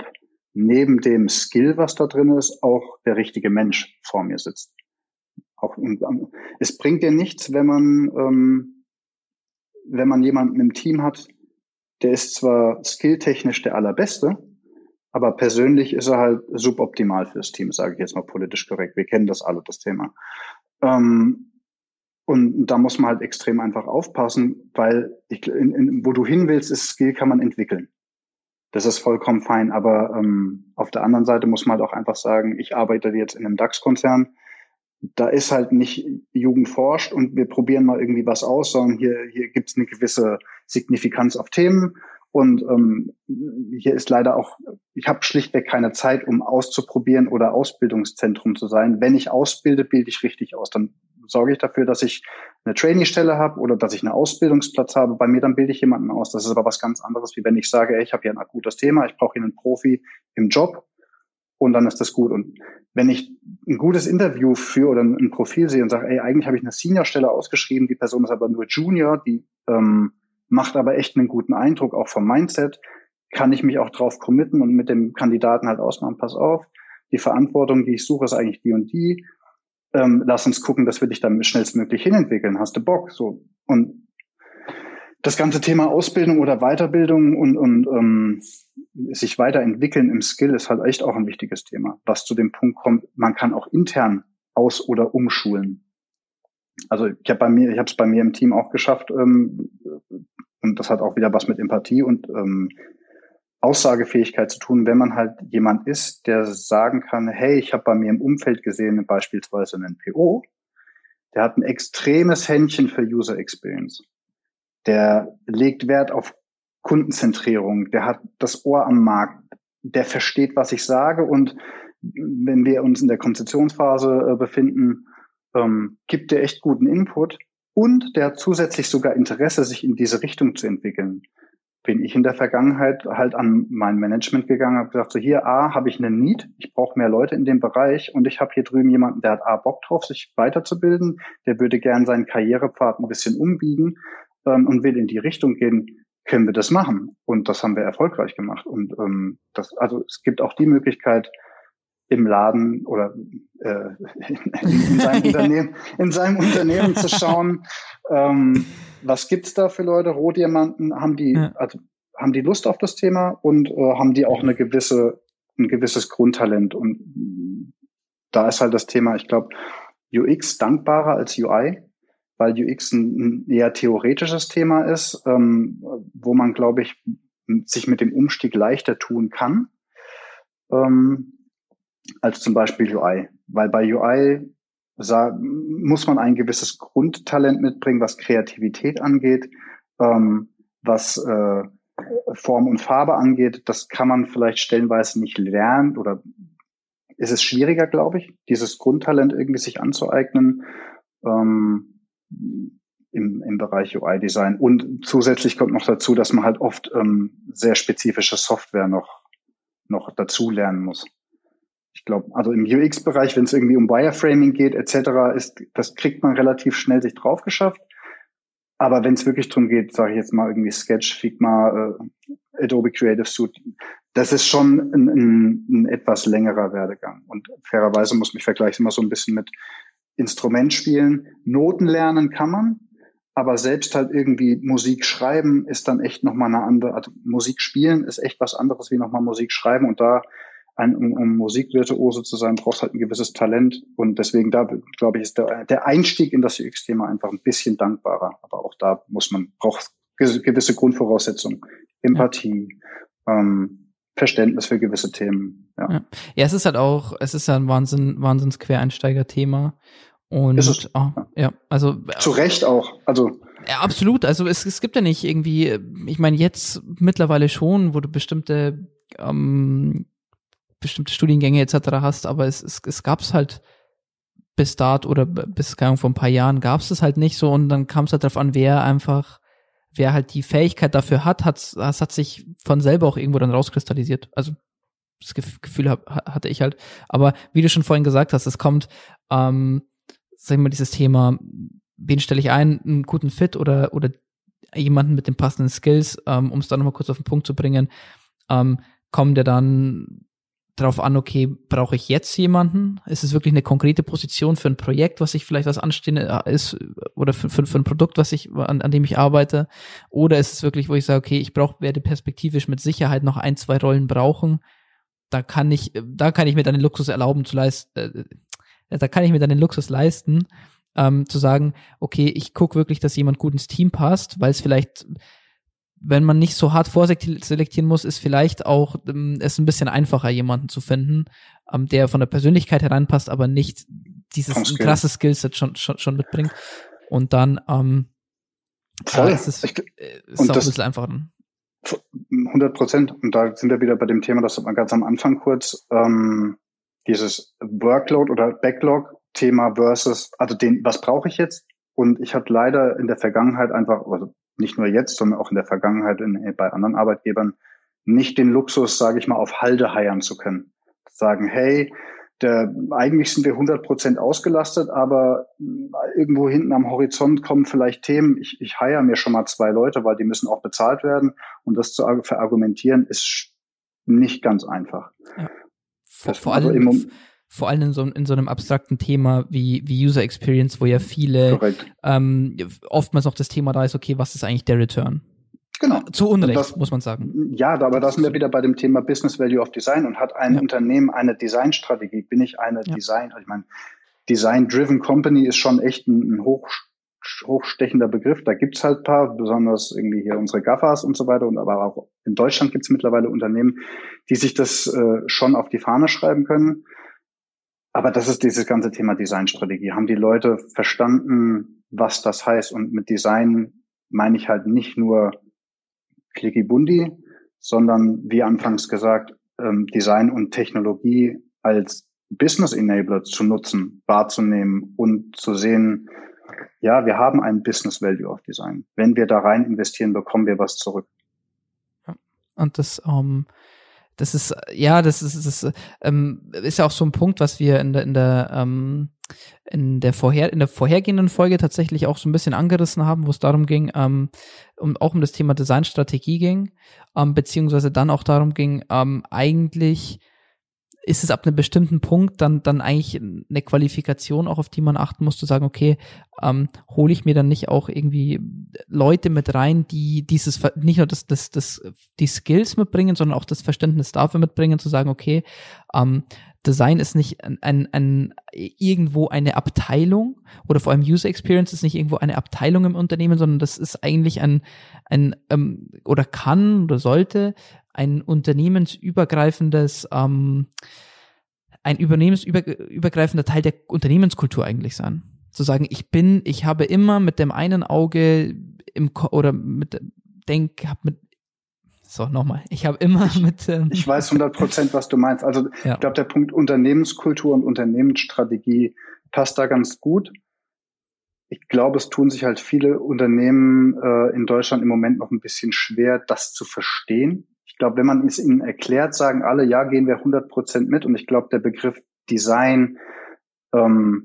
neben dem Skill, was da drin ist, auch der richtige Mensch vor mir sitzt. Auch, und, es bringt dir nichts, wenn man, ähm, wenn man jemanden im Team hat, der ist zwar skilltechnisch der Allerbeste, aber persönlich ist er halt suboptimal fürs Team, sage ich jetzt mal politisch korrekt. Wir kennen das alle, das Thema. Ähm, und da muss man halt extrem einfach aufpassen, weil ich, in, in, wo du hin willst, ist Skill, kann man entwickeln. Das ist vollkommen fein, aber ähm, auf der anderen Seite muss man halt auch einfach sagen, ich arbeite jetzt in einem DAX-Konzern, da ist halt nicht Jugend forscht und wir probieren mal irgendwie was aus, sondern hier, hier gibt es eine gewisse Signifikanz auf Themen und ähm, hier ist leider auch, ich habe schlichtweg keine Zeit, um auszuprobieren oder Ausbildungszentrum zu sein. Wenn ich ausbilde, bilde ich richtig aus. Dann sorge ich dafür, dass ich eine Trainee-Stelle habe oder dass ich einen Ausbildungsplatz habe. Bei mir, dann bilde ich jemanden aus. Das ist aber was ganz anderes, wie wenn ich sage, ey, ich habe hier ein akutes Thema, ich brauche hier einen Profi im Job und dann ist das gut. Und wenn ich ein gutes Interview führe oder ein Profil sehe und sage, ey, eigentlich habe ich eine Senior-Stelle ausgeschrieben, die Person ist aber nur Junior, die ähm, macht aber echt einen guten Eindruck, auch vom Mindset, kann ich mich auch drauf committen und mit dem Kandidaten halt ausmachen, pass auf, die Verantwortung, die ich suche, ist eigentlich die und die. Ähm, lass uns gucken, dass wir dich dann schnellstmöglich hinentwickeln. Hast du Bock? So. Und das ganze Thema Ausbildung oder Weiterbildung und, und ähm, sich weiterentwickeln im Skill ist halt echt auch ein wichtiges Thema. Was zu dem Punkt kommt, man kann auch intern aus- oder umschulen. Also ich habe bei mir, ich habe es bei mir im Team auch geschafft, ähm, und das hat auch wieder was mit Empathie und ähm, Aussagefähigkeit zu tun, wenn man halt jemand ist, der sagen kann, hey, ich habe bei mir im Umfeld gesehen, beispielsweise einen P O, der hat ein extremes Händchen für User Experience. Der legt Wert auf Kundenzentrierung, der hat das Ohr am Markt, der versteht, was ich sage und wenn wir uns in der Konzeptionsphase äh, befinden, ähm, gibt der echt guten Input und der hat zusätzlich sogar Interesse, sich in diese Richtung zu entwickeln. Bin ich in der Vergangenheit halt an mein Management gegangen, habe gesagt, so hier, A, habe ich einen Need, ich brauche mehr Leute in dem Bereich und ich habe hier drüben jemanden, der hat A, Bock drauf, sich weiterzubilden, der würde gern seinen Karrierepfad ein bisschen umbiegen ähm, und will in die Richtung gehen, können wir das machen. Und das haben wir erfolgreich gemacht. Und ähm, das, also es gibt auch die Möglichkeit, im Laden oder äh, in, in, seinem Unternehmen, in seinem Unternehmen zu schauen, ähm, was gibt's da für Leute? Rohdiamanten, haben die, ja. also haben die Lust auf das Thema und äh, haben die auch eine gewisse, ein gewisses Grundtalent. Und da ist halt das Thema, ich glaube, U X dankbarer als U I, weil U X ein, ein eher theoretisches Thema ist, ähm, wo man, glaube ich, sich mit dem Umstieg leichter tun kann. Ähm, als zum Beispiel U I. Weil bei U I sah, muss man ein gewisses Grundtalent mitbringen, was Kreativität angeht, ähm, was äh, Form und Farbe angeht. Das kann man vielleicht stellenweise nicht lernen oder ist es schwieriger, glaube ich, dieses Grundtalent irgendwie sich anzueignen ähm, im, im Bereich U I-Design. Und zusätzlich kommt noch dazu, dass man halt oft ähm, sehr spezifische Software noch, noch dazu lernen muss. Ich glaube, also im U X-Bereich, wenn es irgendwie um Wireframing geht et cetera, ist, das kriegt man relativ schnell sich drauf geschafft. Aber wenn es wirklich darum geht, sage ich jetzt mal irgendwie Sketch, Figma, äh, Adobe Creative Suite, das ist schon ein, ein, ein etwas längerer Werdegang. Und fairerweise muss mich vergleichen immer so ein bisschen mit Instrument spielen. Noten lernen kann man, aber selbst halt irgendwie Musik schreiben ist dann echt nochmal eine andere, also Musik spielen ist echt was anderes wie nochmal Musik schreiben und da Ein, um, um Musikvirtuose zu sein, brauchst halt ein gewisses Talent. Und deswegen, da glaube ich, ist der, der Einstieg in das U X-Thema einfach ein bisschen dankbarer. Aber auch da muss man, braucht gewisse Grundvoraussetzungen. Empathie, ja. ähm, Verständnis für gewisse Themen. Ja. Ja. ja, es ist halt auch, es ist ja ein Wahnsinn, wahnsinns Quereinsteiger-Thema. Und ist es, oh, ja. ja, also zu Recht auch. Also ja, absolut. Also es, es gibt ja nicht irgendwie, ich meine, jetzt mittlerweile schon, wo du bestimmte ähm, bestimmte Studiengänge et cetera hast, aber es, es, es gab es halt bis dato oder bis keine Ahnung, vor ein paar Jahren gab es es halt nicht so und dann kam es halt darauf an, wer einfach, wer halt die Fähigkeit dafür hat, hat das hat sich von selber auch irgendwo dann rauskristallisiert. Also das Gefühl hab, hatte ich halt. Aber wie du schon vorhin gesagt hast, es kommt, ähm, sag ich mal, dieses Thema, wen stelle ich ein, einen guten Fit oder oder jemanden mit den passenden Skills, ähm, um es dann nochmal kurz auf den Punkt zu bringen, ähm, kommt der dann drauf an, okay, brauche ich jetzt jemanden? Ist es wirklich eine konkrete Position für ein Projekt, was ich vielleicht was anstehende ist, oder für, für, für ein Produkt, was ich, an, an dem ich arbeite? Oder ist es wirklich, wo ich sage, okay, ich brauche, werde perspektivisch mit Sicherheit noch ein, zwei Rollen brauchen. Da kann ich, da kann ich mir dann den Luxus erlauben zu leisten, äh, da kann ich mir dann den Luxus leisten, ähm, zu sagen, okay, ich gucke wirklich, dass jemand gut ins Team passt, weil es vielleicht, wenn man nicht so hart vorselektieren muss, ist vielleicht auch ähm, es ein bisschen einfacher, jemanden zu finden, ähm, der von der Persönlichkeit hereinpasst, aber nicht dieses ein krasses Skillset schon, schon, schon mitbringt. Und dann ähm, Voll. Äh, ist es ich, ist und auch das, ein bisschen einfacher. hundert Prozent. Und da sind wir wieder bei dem Thema, das hat man ganz am Anfang kurz, ähm, dieses Workload oder Backlog-Thema versus, also den, was brauche ich jetzt? Und ich habe leider in der Vergangenheit einfach, also nicht nur jetzt, sondern auch in der Vergangenheit in, bei anderen Arbeitgebern nicht den Luxus, sage ich mal, auf Halde heiern zu können. Sagen, hey, der, eigentlich sind wir hundert Prozent ausgelastet, aber irgendwo hinten am Horizont kommen vielleicht Themen. Ich, ich hire mir schon mal zwei Leute, weil die müssen auch bezahlt werden. Und das zu verargumentieren ist nicht ganz einfach. Ja. Vor, das, vor also allem, im, vor allem in so, in so einem abstrakten Thema wie, wie User Experience, wo ja viele ähm, oftmals noch das Thema da ist, okay, was ist eigentlich der Return? Genau. Zu Unrecht, das, muss man sagen. Ja, aber da sind wir wieder bei dem Thema Business Value of Design und hat ein ja. Unternehmen eine Designstrategie? Bin ich eine ja. Design, also ich meine, Design-Driven Company ist schon echt ein, ein hoch, hochstechender Begriff. Da gibt's halt ein paar, besonders irgendwie hier unsere Gaffas und so weiter. Und aber auch in Deutschland gibt's mittlerweile Unternehmen, die sich das äh, schon auf die Fahne schreiben können. Aber das ist dieses ganze Thema Designstrategie. Haben die Leute verstanden, was das heißt? Und mit Design meine ich halt nicht nur Clicky-Bundi, sondern wie anfangs gesagt, ähm, Design und Technologie als Business Enabler zu nutzen, wahrzunehmen und zu sehen, ja, wir haben ein Business Value of Design. Wenn wir da rein investieren, bekommen wir was zurück. Ja. Und das, ähm, das ist, ja, das ist, das ähm, ist ja auch so ein Punkt, was wir in der, in der, ähm, in der vorher, in der vorhergehenden Folge tatsächlich auch so ein bisschen angerissen haben, wo es darum ging, ähm, um, auch um das Thema Designstrategie ging, ähm, beziehungsweise dann auch darum ging, ähm, eigentlich ist es ab einem bestimmten Punkt dann dann eigentlich eine Qualifikation, auch auf die man achten muss, zu sagen, okay, ähm, hole ich mir dann nicht auch irgendwie Leute mit rein, die dieses, nicht nur das, das, das, die Skills mitbringen, sondern auch das Verständnis dafür mitbringen, zu sagen, okay, ähm, Design ist nicht ein, ein, ein irgendwo eine Abteilung oder vor allem User Experience ist nicht irgendwo eine Abteilung im Unternehmen, sondern das ist eigentlich ein, ein ähm, oder kann oder sollte ein unternehmensübergreifendes, ähm, ein unternehmensübergreifender Teil der Unternehmenskultur eigentlich sein. Zu sagen, ich bin, ich habe immer mit dem einen Auge im Ko- oder mit denk, hab mit So, nochmal. Ich habe immer ich, mit... Ähm ich weiß hundert Prozent, was du meinst. Also ja. ich glaube, der Punkt Unternehmenskultur und Unternehmensstrategie passt da ganz gut. Ich glaube, es tun sich halt viele Unternehmen äh, in Deutschland im Moment noch ein bisschen schwer, das zu verstehen. Ich glaube, wenn man es ihnen erklärt, sagen alle, ja, gehen wir hundert Prozent mit. Und ich glaube, der Begriff Design ähm,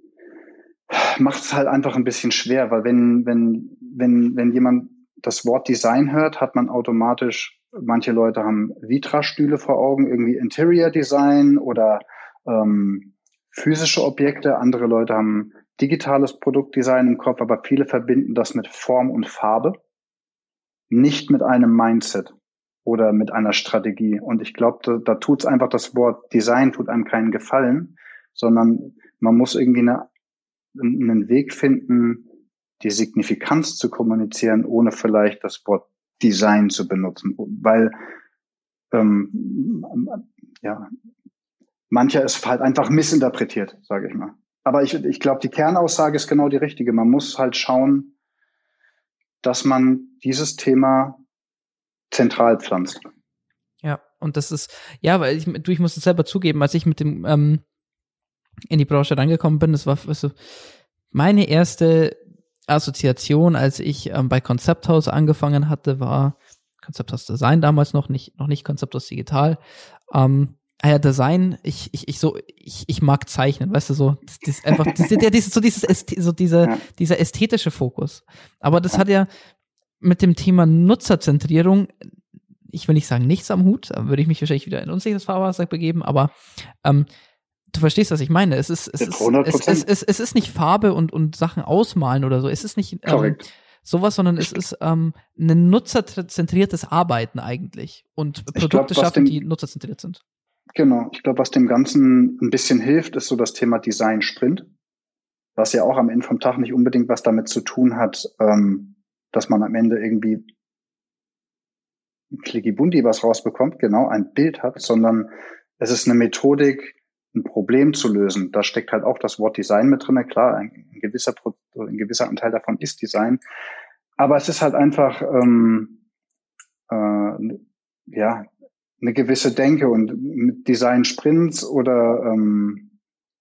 macht es halt einfach ein bisschen schwer, weil wenn, wenn, wenn, wenn jemand das Wort Design hört, hat man automatisch, manche Leute haben Vitra-Stühle vor Augen, irgendwie Interior Design oder ähm, physische Objekte, andere Leute haben digitales Produktdesign im Kopf, aber viele verbinden das mit Form und Farbe, nicht mit einem Mindset oder mit einer Strategie. Und ich glaube, da, da tut es einfach, das Wort Design tut einem keinen Gefallen, sondern man muss irgendwie eine, einen Weg finden, die Signifikanz zu kommunizieren, ohne vielleicht das Wort Design zu benutzen, weil ähm, ja mancher ist halt einfach missinterpretiert, sage ich mal. Aber ich, ich glaube, die Kernaussage ist genau die richtige. Man muss halt schauen, dass man dieses Thema zentral pflanzt. Ja, und das ist, ja, weil ich, du, ich muss es selber zugeben, als ich mit dem ähm, in die Branche reingekommen bin, das war also meine erste Assoziation, als ich ähm, bei Konzepthaus angefangen hatte, war Konzepthaus Design damals noch, nicht noch nicht Konzepthaus Digital. Ähm, Ah ja, Design, ich, ich, ich so, ich, ich mag zeichnen, weißt du, so, das, das einfach, das, ja, dieses, so dieses, so diese, ja. dieser ästhetische Fokus. Aber das hat ja mit dem Thema Nutzerzentrierung ich will nicht sagen nichts am Hut, da würde ich mich wahrscheinlich wieder in unsicheres Fahrwasser begeben, aber ähm, du verstehst, was ich meine. Es ist, es ist, es, es, es, es ist nicht Farbe und, und Sachen ausmalen oder so. Es ist nicht ähm, sowas, sondern es ist ähm, ein nutzerzentriertes Arbeiten eigentlich und Produkte glaub, schaffen, dem, die nutzerzentriert sind. Genau. Ich glaube, was dem Ganzen ein bisschen hilft, ist so das Thema Design Sprint, was ja auch am Ende vom Tag nicht unbedingt was damit zu tun hat, ähm, dass man am Ende irgendwie Klicki-Bundi was rausbekommt, genau, ein Bild hat, sondern es ist eine Methodik, ein Problem zu lösen. Da steckt halt auch das Wort Design mit drin. Klar, ein, ein gewisser ein gewisser Anteil davon ist Design, aber es ist halt einfach ähm, äh, ja eine gewisse Denke und mit Design Sprints oder ähm,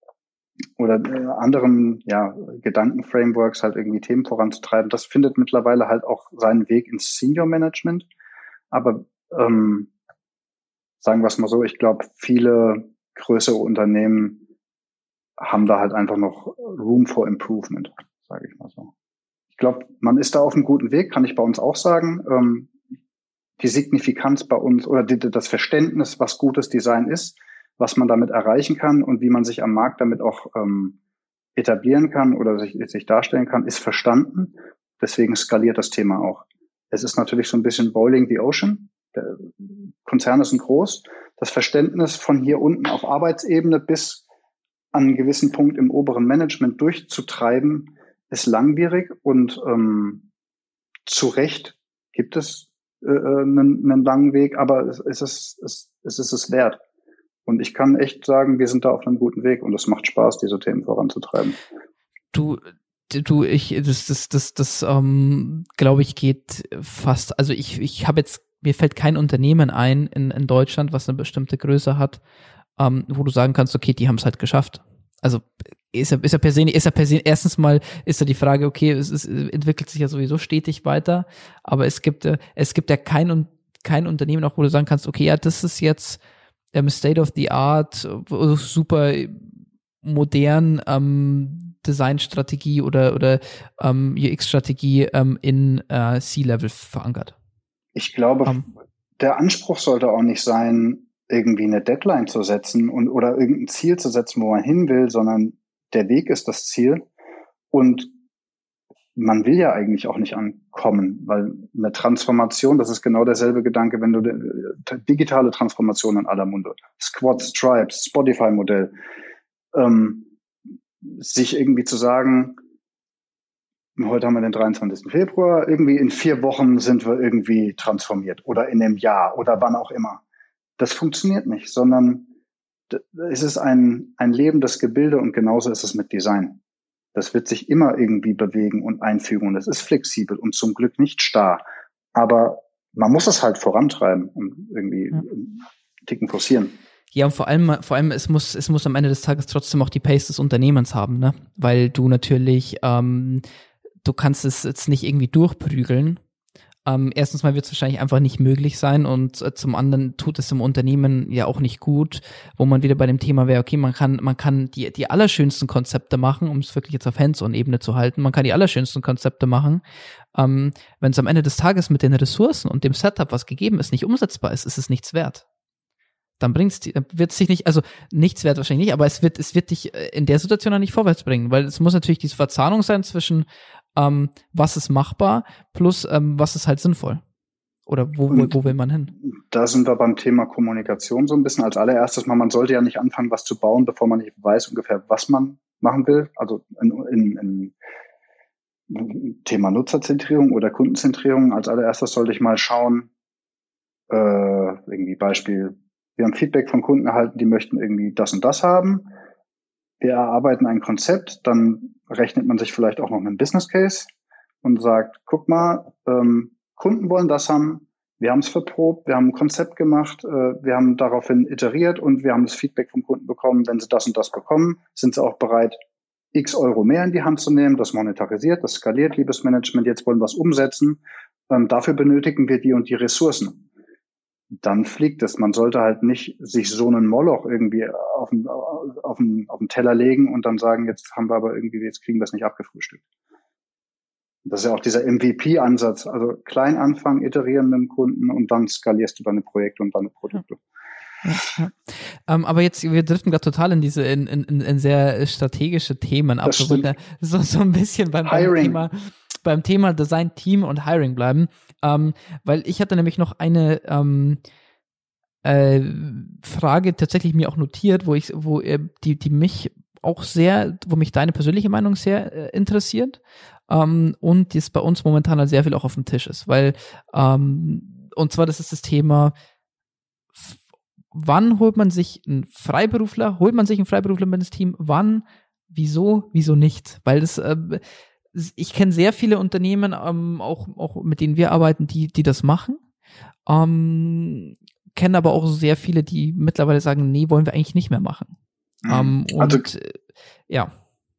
oder äh, anderen ja Gedankenframeworks halt irgendwie Themen voranzutreiben. Das findet mittlerweile halt auch seinen Weg ins Senior Management. Aber ähm, sagen wir es mal so, ich glaube, viele größere Unternehmen haben da halt einfach noch Room for Improvement, sage ich mal so. Ich glaube, man ist da auf einem guten Weg, kann ich bei uns auch sagen. Ähm, die Signifikanz bei uns oder die, das Verständnis, was gutes Design ist, was man damit erreichen kann und wie man sich am Markt damit auch ähm, etablieren kann oder sich, sich darstellen kann, ist verstanden. Deswegen skaliert das Thema auch. Es ist natürlich so ein bisschen Boiling the Ocean. Der Konzerne sind groß. Das Verständnis von hier unten auf Arbeitsebene bis an einen gewissen Punkt im oberen Management durchzutreiben, ist langwierig und ähm, zu Recht gibt es äh, einen, einen langen Weg, aber es, es, ist, es, es ist es wert. Und ich kann echt sagen, wir sind da auf einem guten Weg und es macht Spaß, diese Themen voranzutreiben. Du, du, ich, das, das, das, das, ähm, glaube ich, geht fast. Also ich, ich habe jetzt, mir fällt kein Unternehmen ein in, in Deutschland, was eine bestimmte Größe hat, ähm, wo du sagen kannst, okay, die haben es halt geschafft. Also ist ja, ist ja per se, ist ja per se, erstens mal ist ja die Frage, okay, es ist, entwickelt sich ja sowieso stetig weiter, aber es gibt, es gibt ja kein, kein Unternehmen auch, wo du sagen kannst, okay, ja, das ist jetzt ähm, State of the Art, super modern, ähm, Designstrategie oder, oder ähm, U X-Strategie ähm, in äh, C-Level verankert. Ich glaube, um. der Anspruch sollte auch nicht sein, irgendwie eine Deadline zu setzen und oder irgendein Ziel zu setzen, wo man hin will, sondern der Weg ist das Ziel. Und man will ja eigentlich auch nicht ankommen, weil eine Transformation, das ist genau derselbe Gedanke, wenn du digitale Transformation in aller Munde, Squad, Stripes, Spotify-Modell, ähm, sich irgendwie zu sagen, heute haben wir den dreiundzwanzigsten Februar, irgendwie in vier Wochen sind wir irgendwie transformiert oder in einem Jahr oder wann auch immer. Das funktioniert nicht, sondern es ist ein, ein lebendes Gebilde und genauso ist es mit Design. Das wird sich immer irgendwie bewegen und einfügen und es ist flexibel und zum Glück nicht starr. Aber man muss es halt vorantreiben und irgendwie ja. einen Ticken forcieren. Ja, und vor allem, vor allem, es muss, es muss am Ende des Tages trotzdem auch die Pace des Unternehmens haben, ne? Weil du natürlich, ähm, du kannst es jetzt nicht irgendwie durchprügeln. Ähm, erstens mal wird es wahrscheinlich einfach nicht möglich sein und äh, zum anderen tut es im Unternehmen ja auch nicht gut, wo man wieder bei dem Thema wäre, okay, man kann, man kann die, die allerschönsten Konzepte machen, um es wirklich jetzt auf Hands-on-Ebene zu halten, man kann die allerschönsten Konzepte machen. Ähm, wenn es am Ende des Tages mit den Ressourcen und dem Setup, was gegeben ist, nicht umsetzbar ist, ist es nichts wert. Dann bringt's, wird es dich nicht, also nichts wert wahrscheinlich nicht, aber es wird, es wird dich in der Situation dann nicht vorwärts bringen, weil es muss natürlich diese Verzahnung sein zwischen ähm, was ist machbar plus ähm, was ist halt sinnvoll. Oder wo, wo, wo will man hin? Da sind wir beim Thema Kommunikation so ein bisschen. Als allererstes mal, man sollte ja nicht anfangen, was zu bauen, bevor man nicht weiß ungefähr, was man machen will. Also in, in, in Thema Nutzerzentrierung oder Kundenzentrierung. Als allererstes sollte ich mal schauen, äh, irgendwie Beispiel, wir haben Feedback von Kunden erhalten, die möchten irgendwie das und das haben. Wir erarbeiten ein Konzept, dann rechnet man sich vielleicht auch noch einen Business Case und sagt, guck mal, ähm, Kunden wollen das haben, wir haben es verprobt, wir haben ein Konzept gemacht, äh, wir haben daraufhin iteriert und wir haben das Feedback vom Kunden bekommen, wenn sie das und das bekommen, sind sie auch bereit, x Euro mehr in die Hand zu nehmen, das monetarisiert, das skaliert, liebes Management, jetzt wollen wir es umsetzen, ähm, dafür benötigen wir die und die Ressourcen. Dann fliegt es. Man sollte halt nicht sich so einen Moloch irgendwie auf den, auf den, auf den Teller legen und dann sagen, jetzt haben wir aber irgendwie, jetzt kriegen wir es nicht abgefrühstückt. Das ist ja auch dieser M V P-Ansatz, also klein anfangen, iterieren mit dem Kunden und dann skalierst du deine Projekte und deine Produkte. Ja, ja. Ähm, aber jetzt, wir driften gerade total in diese, in, in, in sehr strategische Themen ab. Wir wollten ja so, so ein bisschen beim, beim Thema, beim Thema Design, Team und Hiring bleiben. Ähm, weil ich hatte nämlich noch eine ähm, äh, Frage tatsächlich mir auch notiert, wo ich, wo äh, die, die mich auch sehr, wo mich deine persönliche Meinung sehr äh, interessiert. Ähm, und die ist bei uns momentan halt sehr viel auch auf dem Tisch ist, weil, ähm, und zwar das ist das Thema, wann holt man sich einen Freiberufler, holt man sich einen Freiberufler mit ins Team, wann, wieso, wieso nicht? Weil das, äh, ich kenne sehr viele Unternehmen, ähm, auch, auch mit denen wir arbeiten, die, die das machen, ähm, kenne aber auch sehr viele, die mittlerweile sagen, nee, wollen wir eigentlich nicht mehr machen. Mhm. Ähm, und, also, äh, ja.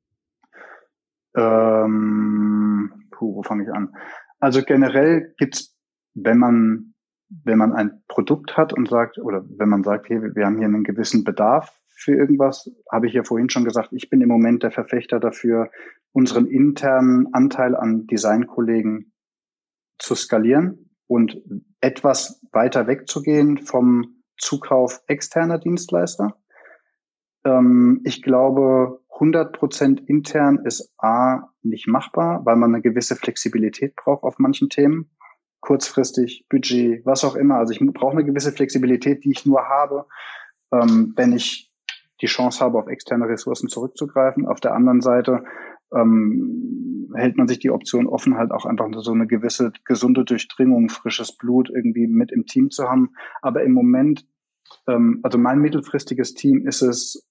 Ähm, puh, wo fange ich an? Also generell gibt's, wenn man, wenn man ein Produkt hat und sagt, oder wenn man sagt, hey, wir haben hier einen gewissen Bedarf für irgendwas, habe ich ja vorhin schon gesagt, ich bin im Moment der Verfechter dafür, unseren internen Anteil an Designkollegen zu skalieren und etwas weiter wegzugehen vom Zukauf externer Dienstleister. Ähm, ich glaube, hundert Prozent intern ist A, nicht machbar, weil man eine gewisse Flexibilität braucht auf manchen Themen. Kurzfristig, Budget, was auch immer. Also ich brauche eine gewisse Flexibilität, die ich nur habe, ähm, wenn ich die Chance habe, auf externe Ressourcen zurückzugreifen. Auf der anderen Seite ähm, hält man sich die Option offen, halt auch einfach so eine gewisse gesunde Durchdringung, frisches Blut irgendwie mit im Team zu haben. Aber im Moment, ähm, also mein mittelfristiges Team ist es,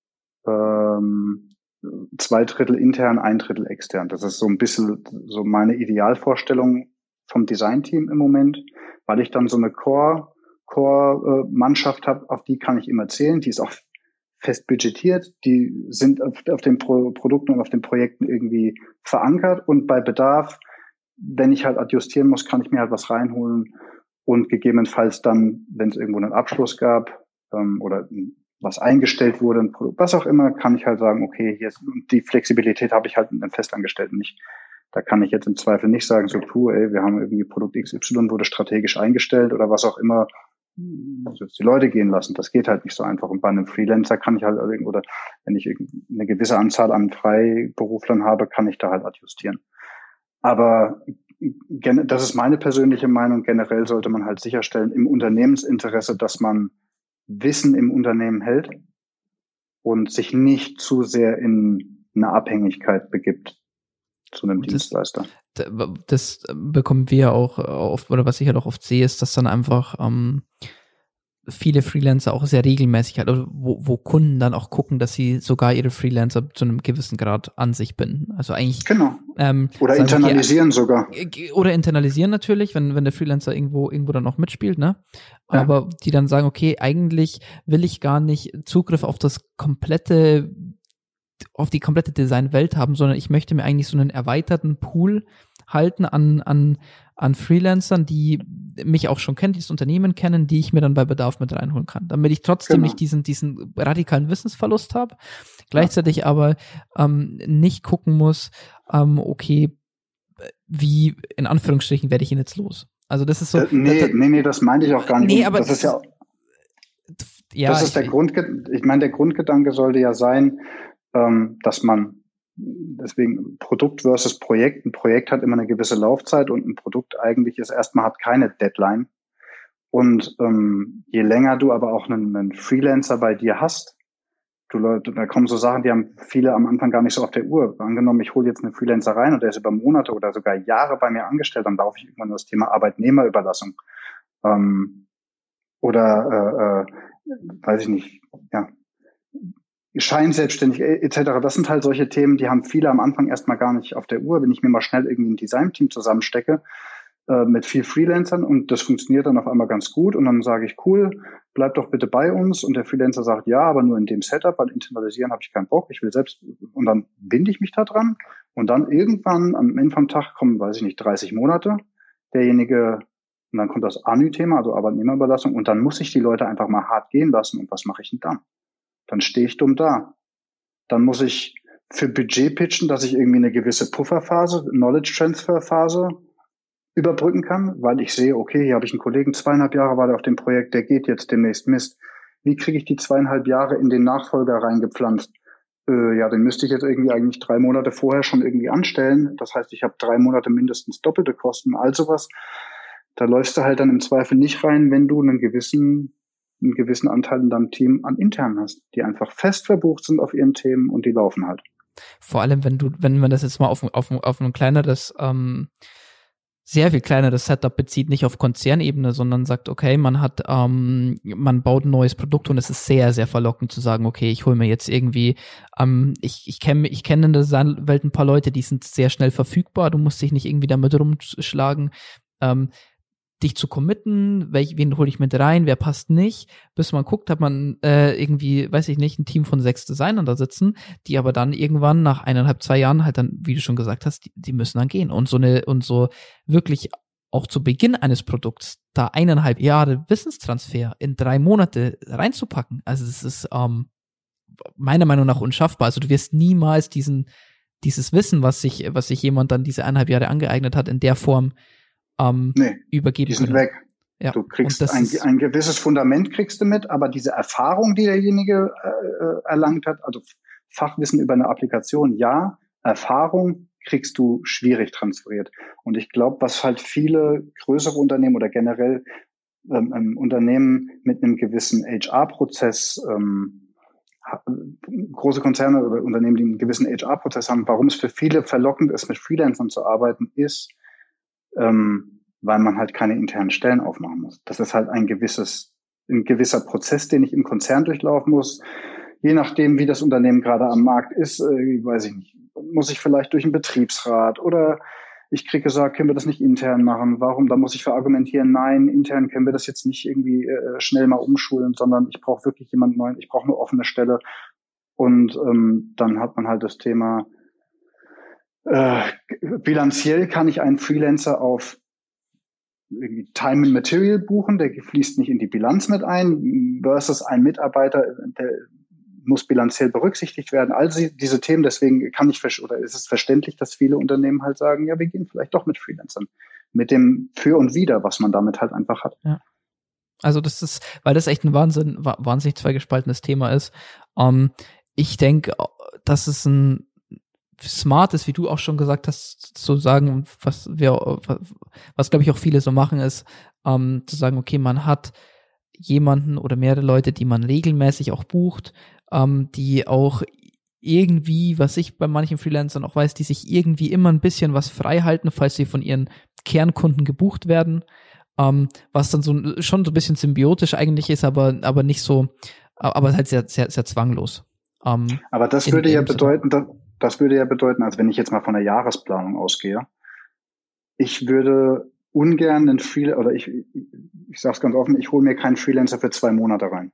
ähm, zwei Drittel intern, ein Drittel extern. Das ist so ein bisschen so meine Idealvorstellung vom Designteam im Moment, weil ich dann so eine Core, Core-Mannschaft habe, auf die kann ich immer zählen. Die ist auch fest budgetiert. Die sind auf, auf den Pro- Produkten und auf den Projekten irgendwie verankert und bei Bedarf, wenn ich halt adjustieren muss, kann ich mir halt was reinholen und gegebenenfalls dann, wenn es irgendwo einen Abschluss gab ähm, oder was eingestellt wurde, ein Produkt, was auch immer, kann ich halt sagen, okay, hier ist, die Flexibilität habe ich halt mit einem Festangestellten nicht. Da kann ich jetzt im Zweifel nicht sagen, so, puh, ey, wir haben irgendwie Produkt X Y wurde strategisch eingestellt oder was auch immer, also jetzt die Leute gehen lassen. Das geht halt nicht so einfach. Und bei einem Freelancer kann ich halt, oder wenn ich eine gewisse Anzahl an Freiberuflern habe, kann ich da halt adjustieren. Aber das ist meine persönliche Meinung. Generell sollte man halt sicherstellen, im Unternehmensinteresse, dass man Wissen im Unternehmen hält und sich nicht zu sehr in eine Abhängigkeit begibt zu einem das, Dienstleister. Das bekommen wir auch oft, oder was ich halt auch oft sehe, ist, dass dann einfach ähm, viele Freelancer auch sehr regelmäßig halt, wo, wo Kunden dann auch gucken, dass sie sogar ihre Freelancer zu einem gewissen Grad an sich binden. Also eigentlich genau. Ähm, oder sagen, internalisieren okay, sogar. Oder internalisieren natürlich, wenn, wenn der Freelancer irgendwo, irgendwo dann auch mitspielt, ne? Aber ja. Die dann sagen, okay, eigentlich will ich gar nicht Zugriff auf das komplette, auf die komplette Designwelt haben, sondern ich möchte mir eigentlich so einen erweiterten Pool halten an, an, an Freelancern, die mich auch schon kennen, die das Unternehmen kennen, die ich mir dann bei Bedarf mit reinholen kann, damit ich trotzdem genau. nicht diesen, diesen radikalen Wissensverlust habe, gleichzeitig ja. aber ähm, nicht gucken muss, ähm, okay, wie, in Anführungsstrichen, werde ich ihn jetzt los? Also das ist so. Das, nee, das, nee, nee, das meinte ich auch gar nicht. Nee, aber das ist ja, ja, das ist der Grundgedanke, ich meine, der Grundgedanke sollte ja sein, ähm, dass man deswegen Produkt versus Projekt. Ein Projekt hat immer eine gewisse Laufzeit und ein Produkt eigentlich ist erstmal hat keine Deadline. Und ähm, je länger du aber auch einen, einen Freelancer bei dir hast, du, da kommen so Sachen, die haben viele am Anfang gar nicht so auf der Uhr. Angenommen, ich hole jetzt einen Freelancer rein und der ist über Monate oder sogar Jahre bei mir angestellt, dann laufe ich irgendwann das Thema Arbeitnehmerüberlassung. Ähm, oder äh, äh, weiß ich nicht, ja. Scheinselbstständig et cetera. Das sind halt solche Themen, die haben viele am Anfang erstmal gar nicht auf der Uhr. Wenn ich mir mal schnell irgendwie ein Designteam zusammenstecke äh, mit viel Freelancern und das funktioniert dann auf einmal ganz gut und dann sage ich, cool, bleib doch bitte bei uns und der Freelancer sagt, ja, aber nur in dem Setup, weil internalisieren habe ich keinen Bock, ich will selbst und dann binde ich mich da dran und dann irgendwann am Ende vom Tag kommen, weiß ich nicht, dreißig Monate, derjenige und dann kommt das A N Ü-Thema, also Arbeitnehmerüberlassung und dann muss ich die Leute einfach mal hart gehen lassen und was mache ich denn dann? Dann stehe ich dumm da. Dann muss ich für Budget pitchen, dass ich irgendwie eine gewisse Pufferphase, Knowledge Transfer Phase überbrücken kann, weil ich sehe, okay, hier habe ich einen Kollegen, zweieinhalb Jahre war der auf dem Projekt, der geht jetzt demnächst Mist. Wie kriege ich die zweieinhalb Jahre in den Nachfolger reingepflanzt? Äh, ja, den müsste ich jetzt irgendwie eigentlich drei Monate vorher schon irgendwie anstellen. Das heißt, ich habe drei Monate mindestens doppelte Kosten, all sowas. Da läufst du halt dann im Zweifel nicht rein, wenn du einen gewissen, einen gewissen Anteil in deinem Team an intern hast, die einfach fest verbucht sind auf ihren Themen und die laufen halt. Vor allem, wenn du, wenn man das jetzt mal auf, auf, auf ein kleineres, ähm, sehr viel kleineres Setup bezieht, nicht auf Konzernebene, sondern sagt, okay, man hat, ähm, man baut ein neues Produkt und es ist sehr, sehr verlockend zu sagen, okay, ich hole mir jetzt irgendwie, ähm, ich, ich kenne ich kenne in der Welt ein paar Leute, die sind sehr schnell verfügbar, du musst dich nicht irgendwie damit rumschlagen, ähm, dich zu committen, welch, wen hole ich mit rein, wer passt nicht, bis man guckt, hat man äh, irgendwie, weiß ich nicht, ein Team von sechs Designern da sitzen, die aber dann irgendwann nach eineinhalb, zwei Jahren halt dann, wie du schon gesagt hast, die, die müssen dann gehen und so eine, und so wirklich auch zu Beginn eines Produkts da eineinhalb Jahre Wissenstransfer in drei Monate reinzupacken, also das ist ähm, meiner Meinung nach unschaffbar, also du wirst niemals diesen, dieses Wissen, was sich, was sich jemand dann diese eineinhalb Jahre angeeignet hat, in der Form Ähm, nee, übergeben die sind können. weg. Ja. Du kriegst ein, ein gewisses Fundament kriegst du mit, aber diese Erfahrung, die derjenige äh, erlangt hat, also Fachwissen über eine Applikation, ja, Erfahrung kriegst du schwierig transferiert. Und ich glaube, was halt viele größere Unternehmen oder generell ähm, ähm, Unternehmen mit einem gewissen H R-Prozess, ähm, große Konzerne oder Unternehmen, die einen gewissen H R-Prozess haben, warum es für viele verlockend ist, mit Freelancern zu arbeiten, ist, ähm, weil man halt keine internen Stellen aufmachen muss. Das ist halt ein gewisses, ein gewisser Prozess, den ich im Konzern durchlaufen muss. Je nachdem, wie das Unternehmen gerade am Markt ist, äh, weiß ich nicht, muss ich vielleicht durch einen Betriebsrat oder ich kriege gesagt, können wir das nicht intern machen? Warum? Da muss ich verargumentieren, nein, intern können wir das jetzt nicht irgendwie äh, schnell mal umschulen, sondern ich brauche wirklich jemanden neuen, ich brauche eine offene Stelle. Und ähm, dann hat man halt das Thema, Äh, bilanziell kann ich einen Freelancer auf irgendwie Time and Material buchen, der fließt nicht in die Bilanz mit ein, versus ein Mitarbeiter, der muss bilanziell berücksichtigt werden. Also diese Themen, deswegen kann ich, oder ist es verständlich, dass viele Unternehmen halt sagen, ja, wir gehen vielleicht doch mit Freelancern. Mit dem Für und Wider, was man damit halt einfach hat. Ja. Also das ist, weil das echt ein Wahnsinn, wahnsinnig zweigespaltenes Thema ist. Ähm, ich denke, dass es ein smart ist, wie du auch schon gesagt hast, zu sagen, was wir, was, was glaube ich auch viele so machen, ist, ähm, zu sagen, okay, man hat jemanden oder mehrere Leute, die man regelmäßig auch bucht, ähm, die auch irgendwie, was ich bei manchen Freelancern auch weiß, die sich irgendwie immer ein bisschen was frei halten, falls sie von ihren Kernkunden gebucht werden, ähm, was dann so schon so ein bisschen symbiotisch eigentlich ist, aber aber nicht so, aber halt sehr sehr sehr zwanglos. Ähm, aber das in, würde ja in bedeuten, dass Das würde ja bedeuten, als wenn ich jetzt mal von der Jahresplanung ausgehe, ich würde ungern einen Freelancer, oder ich, ich, ich sage es ganz offen, ich hole mir keinen Freelancer für zwei Monate rein.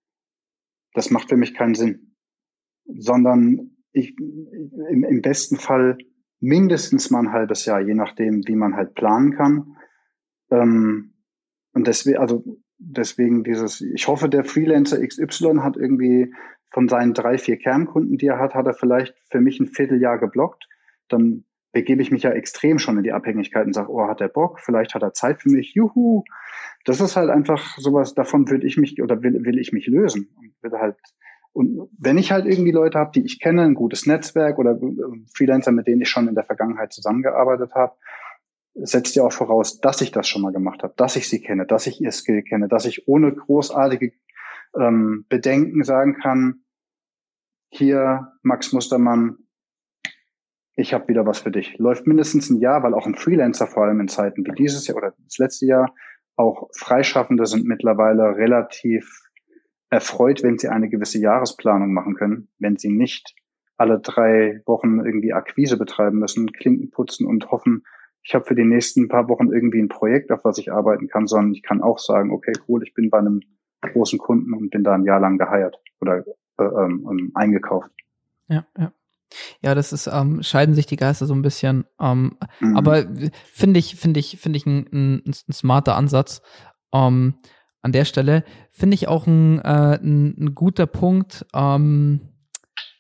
Das macht für mich keinen Sinn. Sondern ich im, im besten Fall mindestens mal ein halbes Jahr, je nachdem, wie man halt planen kann. Ähm, und deswegen, also deswegen dieses, ich hoffe, der Freelancer X Y hat irgendwie von seinen drei, vier Kernkunden, die er hat, hat er vielleicht für mich ein Vierteljahr geblockt. Dann begebe ich mich ja extrem schon in die Abhängigkeit und sage, oh, hat er Bock? Vielleicht hat er Zeit für mich. Juhu! Das ist halt einfach sowas, davon würde ich mich oder will, will ich mich lösen. Und will halt, und wenn ich halt irgendwie Leute habe, die ich kenne, ein gutes Netzwerk oder Freelancer, mit denen ich schon in der Vergangenheit zusammengearbeitet habe, setzt ja auch voraus, dass ich das schon mal gemacht habe, dass ich sie kenne, dass ich ihr Skill kenne, dass ich ohne großartige ähm, Bedenken sagen kann, hier, Max Mustermann, ich habe wieder was für dich. Läuft mindestens ein Jahr, weil auch ein Freelancer, vor allem in Zeiten wie dieses Jahr oder das letzte Jahr, auch Freischaffende sind mittlerweile relativ erfreut, wenn sie eine gewisse Jahresplanung machen können, wenn sie nicht alle drei Wochen irgendwie Akquise betreiben müssen, Klinken putzen und hoffen, ich habe für die nächsten paar Wochen irgendwie ein Projekt, auf was ich arbeiten kann, sondern ich kann auch sagen, okay, cool, ich bin bei einem großen Kunden und bin da ein Jahr lang geheiert oder äh, ähm, eingekauft. Ja, ja. Ja, das ist, ähm, scheiden sich die Geister so ein bisschen. Ähm, mhm. Aber finde ich, finde ich, finde ich ein, ein, ein smarter Ansatz. Ähm, an der Stelle finde ich auch ein, äh, ein, ein guter Punkt. Ähm,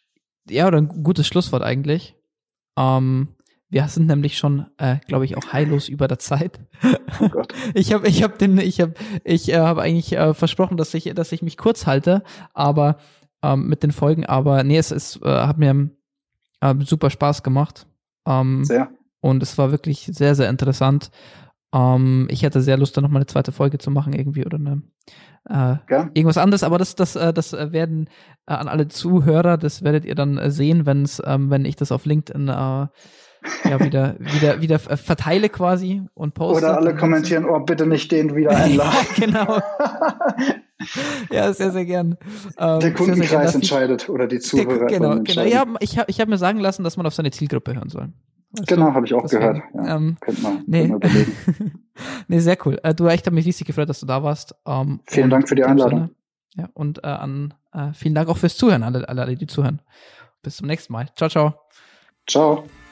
ja, oder ein gutes Schlusswort eigentlich. Ähm, wir sind nämlich schon, äh, glaube ich, auch heillos über der Zeit. Oh Gott. Ich habe, ich habe den, ich habe, ich äh, habe eigentlich äh, versprochen, dass ich, dass ich mich kurz halte, aber ähm, mit den Folgen. Aber nee, es ist, äh, hat mir äh, super Spaß gemacht. Ähm, Sehr. Und es war wirklich sehr, sehr interessant. Ähm, ich hätte sehr Lust, da noch mal eine zweite Folge zu machen irgendwie oder eine äh, Ja. irgendwas anderes. Aber das, das, äh, das werden äh, an alle Zuhörer, das werdet ihr dann äh, sehen, wenn's, ähm, wenn ich das auf LinkedIn äh, ja wieder, wieder, wieder äh, verteile quasi und poste. Oder alle kommentieren, oh, bitte nicht den wieder einladen. Genau. Ja, sehr, sehr gern. Ähm, Der Kundenkreis sehr, sehr gern. entscheidet oder die Zuhörer. Der, genau, genau. entscheiden. Ja, ich habe ich hab mir sagen lassen, dass man auf seine Zielgruppe hören soll. Weißt Genau, du? habe ich auch Deswegen, gehört. Ja, ähm, könnte man, nee. könnte man überlegen. Nee, sehr cool. Äh, du, echt, hat mich riesig gefreut, dass du da warst. Ähm, Vielen Dank für die in dem Einladung. Sinne, ja, und äh, an, äh, vielen Dank auch fürs Zuhören, alle, alle, die zuhören. Bis zum nächsten Mal. Ciao, ciao. Ciao.